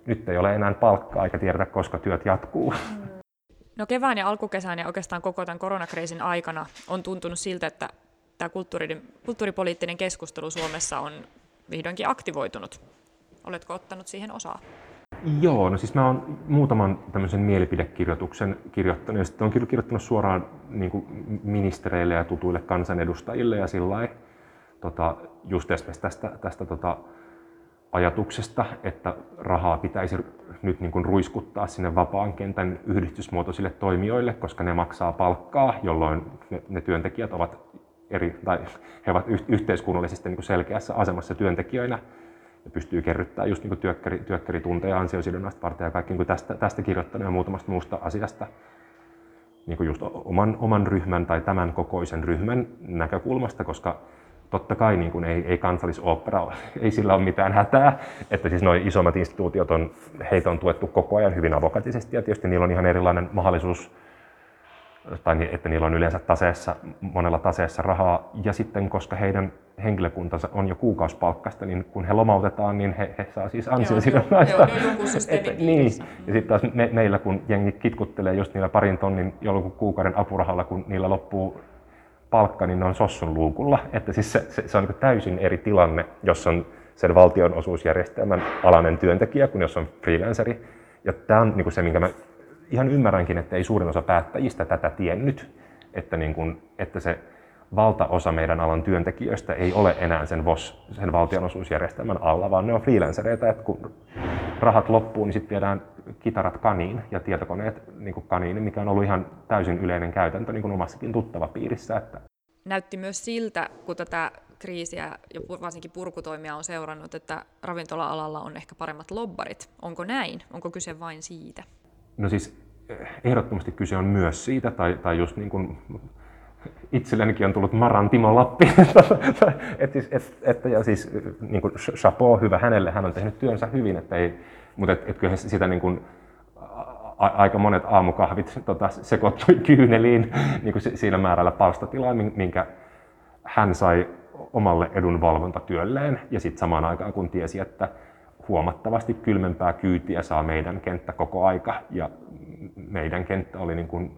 Speaker 2: nyt ei ole enää palkkaa eikä tiedetä, koska työt jatkuu.
Speaker 1: No kevään ja alkukesän ja oikeastaan koko tämän koronakriisin aikana on tuntunut siltä, että tämä kulttuuripoliittinen keskustelu Suomessa on vihdoinkin aktivoitunut. Oletko ottanut siihen osaa?
Speaker 2: Joo, no siis mä oon muutaman tämmöisen mielipidekirjoituksen kirjoittanut ja sitten olen kirjoittanut suoraan niin kuin ministereille ja tutuille kansanedustajille ja sillä lailla tota, just esimerkiksi tästä, tästä tota, ajatuksesta, että rahaa pitäisi nyt niin kuin ruiskuttaa sinne vapaan kentän yhdistysmuotoisille toimijoille, koska ne maksaa palkkaa, jolloin ne, ne työntekijät ovat eri, tai he ovat yhteiskunnallisesti niin kuin selkeässä asemassa työntekijöinä ja pystyy kerryttämään just niin kuin työkkäri, työkkäritunteja, ansiosidonnaista varten ja kaikki niin tästä, tästä kirjoittanut ja muutamasta muusta asiasta niin kuin just oman, oman ryhmän tai tämän kokoisen ryhmän näkökulmasta, koska totta kai niin kuin ei, ei kansallisooppera, ei sillä ole mitään hätää, että siis nuo isommat instituutiot on, heitä on tuettu koko ajan hyvin avokatisesti ja tietysti niillä on ihan erilainen mahdollisuus, tai että niillä on yleensä taseessa, monella taseessa rahaa ja sitten koska heidän henkilökuntansa on jo kuukausipalkkasta, niin kun he lomautetaan, niin he, he saa siis ansiosidonnaista. Niin. Ja sitten taas me, meillä kun jengi kitkuttelee just niillä parin tonnin jollakin kuukauden apurahalla, kun niillä loppuu palkka, niin ne on sossun luukulla. Että siis se, se, se on niin täysin eri tilanne, jos on sen valtionosuusjärjestelmän alainen työntekijä, kuin jos on freelanceri. Ja tämä on niin se, minkä mä ihan ymmärränkin, että ei suurin osa päättäjistä tätä tiennyt, että, niin kuin, että se valtaosa meidän alan työntekijöistä ei ole enää sen V O S, sen valtionosuusjärjestelmän alla, vaan ne on freelancereita, että kun rahat loppuu, niin sitten viedään kitarat kaniin ja tietokoneet niin kuin kaniin, mikä on ollut ihan täysin yleinen käytäntö niin kuin omassakin tuttavapiirissä. Että
Speaker 1: näytti myös siltä, kun tätä kriisiä ja varsinkin purkutoimia on seurannut, että ravintola-alalla on ehkä paremmat lobbarit. Onko näin? Onko kyse vain siitä?
Speaker 2: No siis ehdottomasti kyse on myös siitä, tai, tai just niin kuin itsellenikin on tullut Maran Timo Lappi, että siis, et, et, ja siis niin kuin chapeau, hyvä hänelle, hän on tehnyt työnsä hyvin, että ei, mutta et, et kyllä sitä niin kuin, a, aika monet aamukahvit tota, sekoittui kyyneliin niin kuin siinä määrällä palstatilaa, minkä hän sai omalle edunvalvontatyölleen ja sitten samaan aikaan kun tiesi, että huomattavasti kylmempää kyytiä saa meidän kenttä koko aika ja meidän kenttä oli niin kuin,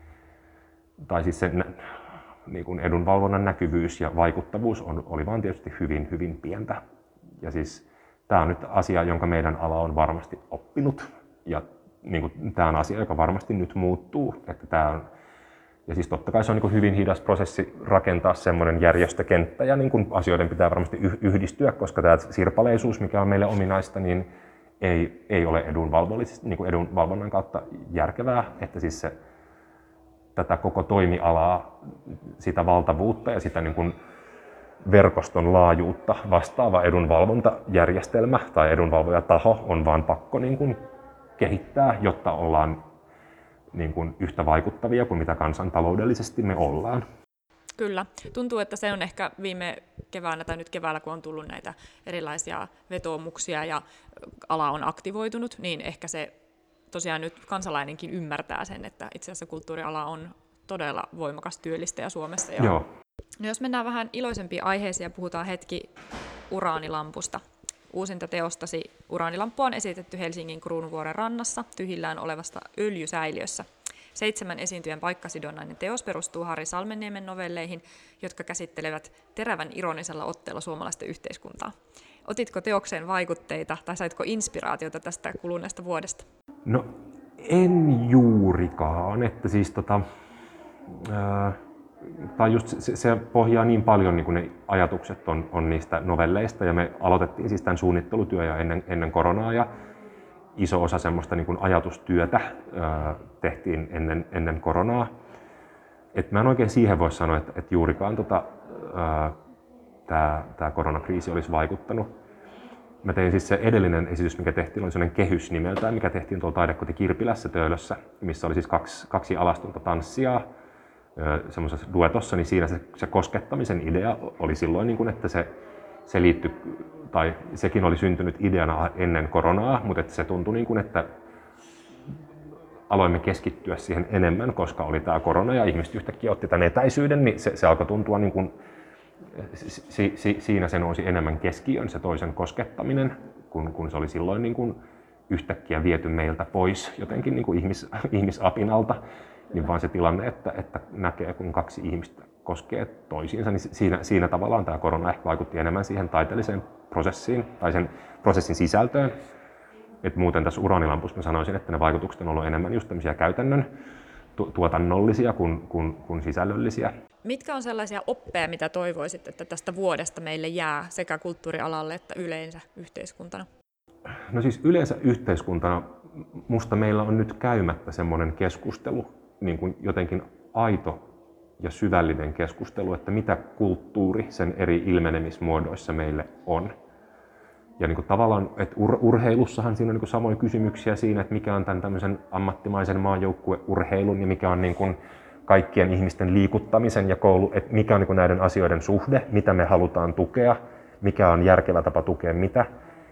Speaker 2: tai siis se niin kuin edunvalvonnan näkyvyys ja vaikuttavuus on, oli vaan tietysti hyvin, hyvin pientä. Ja siis tämä on nyt asia, jonka meidän ala on varmasti oppinut ja niin kuin, tämä on asia, joka varmasti nyt muuttuu. Että tämä on, ja siis totta kai se on niin kuin hyvin hidas prosessi rakentaa semmoinen järjestökenttä ja niin kuin asioiden pitää varmasti yhdistyä, koska tämä sirpaleisuus, mikä on meille ominaista, niin ei, ei ole niin kuin edunvalvonnan kautta järkevää. Että siis se, tätä koko toimialaa, sitä valtavuutta ja sitä niin kuin verkoston laajuutta vastaava edunvalvontajärjestelmä tai edunvalvojataho on vaan pakko niin kuin kehittää, jotta ollaan niin kuin yhtä vaikuttavia kuin mitä kansantaloudellisesti me ollaan.
Speaker 1: Kyllä. Tuntuu, että se on ehkä viime keväänä tai nyt keväällä, kun on tullut näitä erilaisia vetoomuksia ja ala on aktivoitunut, niin ehkä se tosiaan nyt kansalainenkin ymmärtää sen, että itse asiassa kulttuuriala on todella voimakas työllistäjä Suomessa. Ja
Speaker 2: Joo.
Speaker 1: No jos mennään vähän iloisempiin aiheisiin ja puhutaan hetki Uraanilampusta. Uusinta teostasi Uraanilampua on esitetty Helsingin Kruunuvuoren rannassa tyhjillään olevasta öljysäiliössä. Seitsemän esiintyjän paikkasidonnainen teos perustuu Harri Salmenniemen novelleihin, jotka käsittelevät terävän ironisella otteella suomalaista yhteiskuntaa. Otitko teokseen vaikutteita tai saitko inspiraatiota tästä kuluneesta vuodesta?
Speaker 2: No en juurikaan, että siis tota, ää, tai just se, se pohjaa niin paljon, niin kuin ne ajatukset on, on niistä novelleista ja me aloitettiin siis tämän suunnittelutyö ja ennen, ennen koronaa ja iso osa semmoista niin kuin ajatustyötä ää, tehtiin ennen, ennen koronaa. Et mä en oikein siihen voi sanoa, että, että juurikaan tota, tämä koronakriisi olisi vaikuttanut. Mä tein siis se edellinen esitys, mikä tehtiin, oli sellainen kehys nimeltään, mikä tehtiin tuolla Taidekoti Kirpilässä Töölössä, missä oli siis kaksi, kaksi alastonta tanssijaa semmoisessa duetossa, niin siinä se, se koskettamisen idea oli silloin, niin kuin, että se, se liittyi, tai sekin oli syntynyt ideana ennen koronaa, mutta että se tuntui niin kuin, että aloimme keskittyä siihen enemmän, koska oli tämä korona ja ihmiset yhtäkkiä otti tämän etäisyyden, niin se, se alkoi tuntua niin kuin, si, si, siinä se nousi enemmän keskiöön, se toisen koskettaminen, kun, kun se oli silloin niin kuin yhtäkkiä viety meiltä pois jotenkin niin kuin ihmis, ihmisapinalta, niin vaan se tilanne, että, että näkee, kun kaksi ihmistä koskee toisiinsa, niin siinä, siinä tavallaan tämä korona ehkä vaikutti enemmän siihen taiteelliseen prosessiin tai sen prosessin sisältöön. Et muuten tässä Uraanilampussa mä sanoisin, että ne vaikutukset on ollut enemmän just tämmöisiä käytännön tu- tuotannollisia kuin, kuin, kuin sisällöllisiä.
Speaker 1: Mitkä on sellaisia oppeja, mitä toivoisit, että tästä vuodesta meille jää sekä kulttuurialalle että yleensä yhteiskuntana?
Speaker 2: No siis yleensä yhteiskuntana musta meillä on nyt käymättä semmoinen keskustelu, niin kuin jotenkin aito ja syvällinen keskustelu, että mitä kulttuuri sen eri ilmenemismuodoissa meille on. Ja niin kuin tavallaan, että ur- urheilussahan siinä on niin kuin samoja kysymyksiä siinä, että mikä on tämän tämmöisen ammattimaisen maajoukkueurheilun ja mikä on niin kuin kaikkien ihmisten liikuttamisen ja koulu, että mikä on niin kuin näiden asioiden suhde, mitä me halutaan tukea, mikä on järkevä tapa tukea mitä.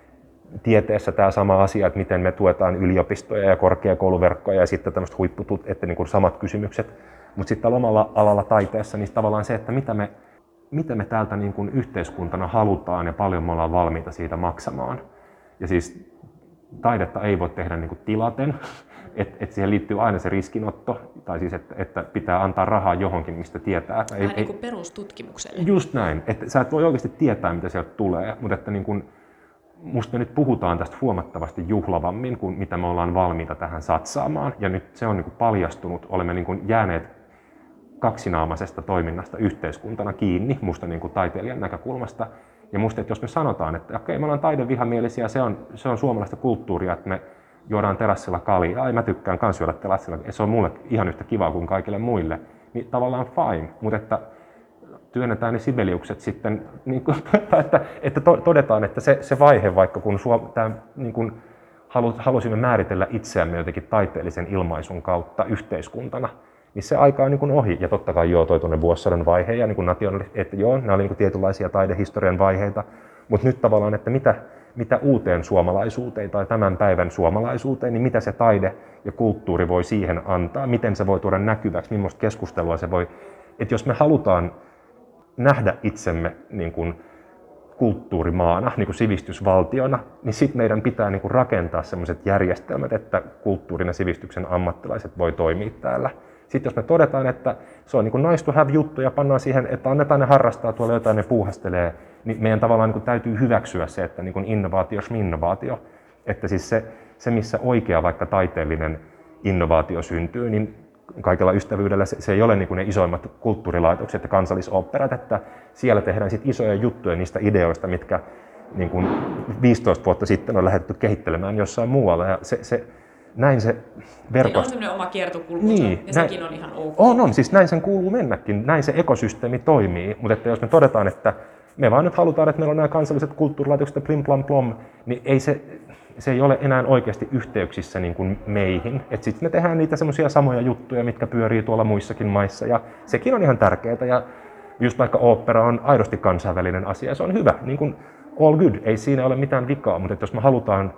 Speaker 2: Tieteessä tämä sama asia, että miten me tuetaan yliopistoja ja korkeakouluverkkoja ja sitten tämmöiset huipputut, että niin kuin samat kysymykset. Mutta sitten tällä omalla alalla taiteessa, niin tavallaan se, että mitä me, mitä me täältä niin kuin yhteiskuntana halutaan ja paljon me ollaan valmiita siitä maksamaan. Ja siis taidetta ei voi tehdä niin kuin tilaten, että et siihen liittyy aina se riskinotto, tai siis että, että pitää antaa rahaa johonkin, mistä tietää.
Speaker 1: Vähän ei, niin kuin perustutkimukselle.
Speaker 2: Just näin, että sä et voi oikeasti tietää, mitä sieltä tulee, mutta että niin kuin, musta me nyt puhutaan tästä huomattavasti juhlavammin kuin mitä me ollaan valmiita tähän satsaamaan. Ja nyt se on niin kuin paljastunut, olemme niin kuin jääneet kaksinaamaisesta toiminnasta yhteiskuntana kiinni, musta niin kuin taiteilijan näkökulmasta. Ja musta, että jos me sanotaan, että okei, me ollaan taidevihamielisiä, se on, se on suomalaista kulttuuria, että me juodaan terassilla kaljaa, ja mä tykkään kans juoda terassilla, se on mulle ihan yhtä kivaa kuin kaikille muille, niin tavallaan fine, mutta että työnnetään ne sibeliukset sitten, niin kuin, että, että todetaan, että se, se vaihe, vaikka kun Suom, tämä, niin kuin, halusimme määritellä itseämme jotenkin taiteellisen ilmaisun kautta yhteiskuntana, niin se aika on niin kuin ohi. Ja totta kai joo, toi tuonne vuosisadan vaihe, ja niin kuin nationali, että joo, nämä oli niin kuin tietynlaisia taidehistorian vaiheita, mutta nyt tavallaan, että mitä, mitä uuteen suomalaisuuteen tai tämän päivän suomalaisuuteen, niin mitä se taide ja kulttuuri voi siihen antaa, miten se voi tuoda näkyväksi, millaista keskustelua se voi, että jos me halutaan nähdä itsemme niin kuin kulttuurimaana, niin kuin sivistysvaltiona, niin sitten meidän pitää niin kuin rakentaa sellaiset järjestelmät, että kulttuurin ja sivistyksen ammattilaiset voi toimia täällä. Sitten jos me todetaan, että se on niin kuin nice to have juttu ja pannaan siihen, että annetaan ne harrastaa tuolla jotain, ne puuhastelee, niin meidän tavallaan niin kuin täytyy hyväksyä se, että niin kuin innovaatio innovaatio, että siis se, se, missä oikea vaikka taiteellinen innovaatio syntyy, niin kaikella ystävyydellä se, se ei ole niin kuin ne isoimmat kulttuurilaitokset ja kansallisoopperat, että siellä tehdään sit isoja juttuja niistä ideoista, mitkä niin kuin viisitoista vuotta sitten on lähdetty kehittelemään jossain muualla. Ja se, se, näin se verkosto...
Speaker 1: Niin on semmoinen oma kiertokulkunsa, niin, ja näin, sekin on ihan ok.
Speaker 2: On, on, siis näin sen kuuluu mennäkin, näin se ekosysteemi toimii, mutta että jos me todetaan, että me vaan nyt halutaan, että meillä on nämä kansalliset kulttuurilaitokset ja plim plam plom, niin ei se... se ei ole enää oikeasti yhteyksissä niin kuin meihin. Sitten me tehdään niitä semmoisia samoja juttuja, mitkä pyörii tuolla muissakin maissa, ja sekin on ihan tärkeää. Ja just vaikka ooppera on aidosti kansainvälinen asia, se on hyvä, niin kuin all good, ei siinä ole mitään vikaa, mutta jos me halutaan,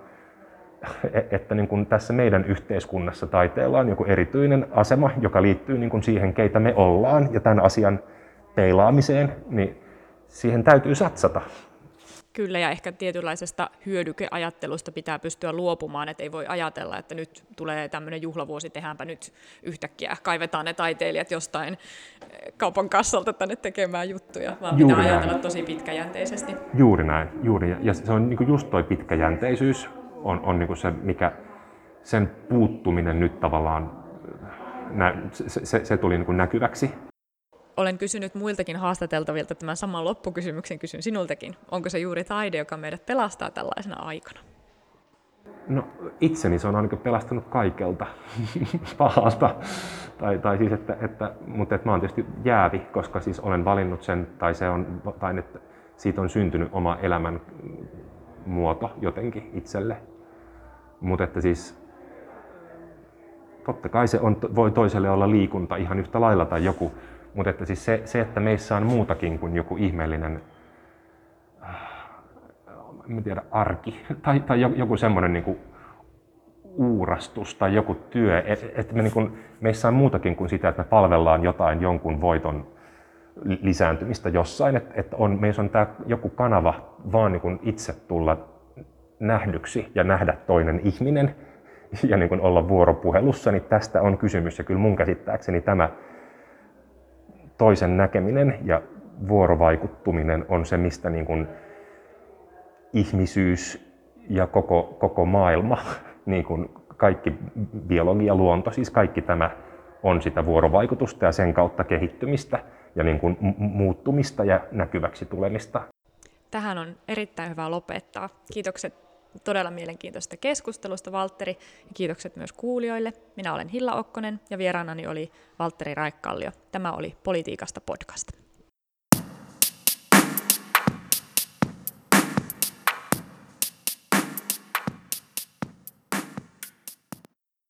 Speaker 2: että niin kuin tässä meidän yhteiskunnassa taiteella on joku erityinen asema, joka liittyy niin kuin siihen, keitä me ollaan, ja tämän asian peilaamiseen, niin siihen täytyy satsata.
Speaker 1: Kyllä, ja ehkä tietynlaisesta hyödykeajattelusta pitää pystyä luopumaan, että ei voi ajatella, että nyt tulee tämmöinen juhlavuosi, tehdäänpä nyt yhtäkkiä, kaivetaan ne taiteilijat jostain kaupan kassalta tänne tekemään juttuja, vaan
Speaker 2: Juuri
Speaker 1: pitää
Speaker 2: näin.
Speaker 1: ajatella tosi pitkäjänteisesti.
Speaker 2: Juuri näin, juuri. Ja se on niinku just toi pitkäjänteisyys on, on niinku se, mikä sen puuttuminen nyt tavallaan, se, se, se tuli niinku näkyväksi.
Speaker 1: Olen kysynyt muiltakin haastateltavilta tämän saman loppukysymyksen, kysyn sinultakin. Onko se juuri taide, joka meidät pelastaa tällaisena aikana?
Speaker 2: No itseni se on ainakin pelastanut kaikelta pahalta. tai, tai siis, että, että, mutta että mä oon tietysti jäävi, koska siis olen valinnut sen, tai, se on, tai että siitä on syntynyt oma elämän muoto jotenkin itselle. Mutta että siis totta kai se on, voi toiselle olla liikunta ihan yhtä lailla tai joku. Mutta että siis se, se, että meissä on muutakin kuin joku ihmeellinen en tiedä, arki tai, tai joku semmoinen niin kuin uurastus tai joku työ, että et me, niin kuin, meissä on muutakin kuin sitä, että me palvellaan jotain jonkun voiton lisääntymistä jossain, että et on, meissä on tämä joku kanava vaan niin kuin itse tulla nähdyksi ja nähdä toinen ihminen ja niin kuin olla vuoropuhelussa, niin tästä on kysymys. Ja kyllä mun käsittääkseni tämä toisen näkeminen ja vuorovaikuttuminen on se, mistä niin kuin ihmisyys ja koko, koko maailma, niin kuin kaikki biologia, luonto, siis kaikki tämä on sitä vuorovaikutusta ja sen kautta kehittymistä ja niin kuin muuttumista ja näkyväksi tulemista.
Speaker 1: Tähän on erittäin hyvä lopettaa. Kiitokset todella mielenkiintoisesta keskustelusta, Valtteri, ja kiitokset myös kuulijoille. Minä olen Hilla Okkonen ja vieraanani oli Valtteri Raikkallio. Tämä oli Politiikasta podcast.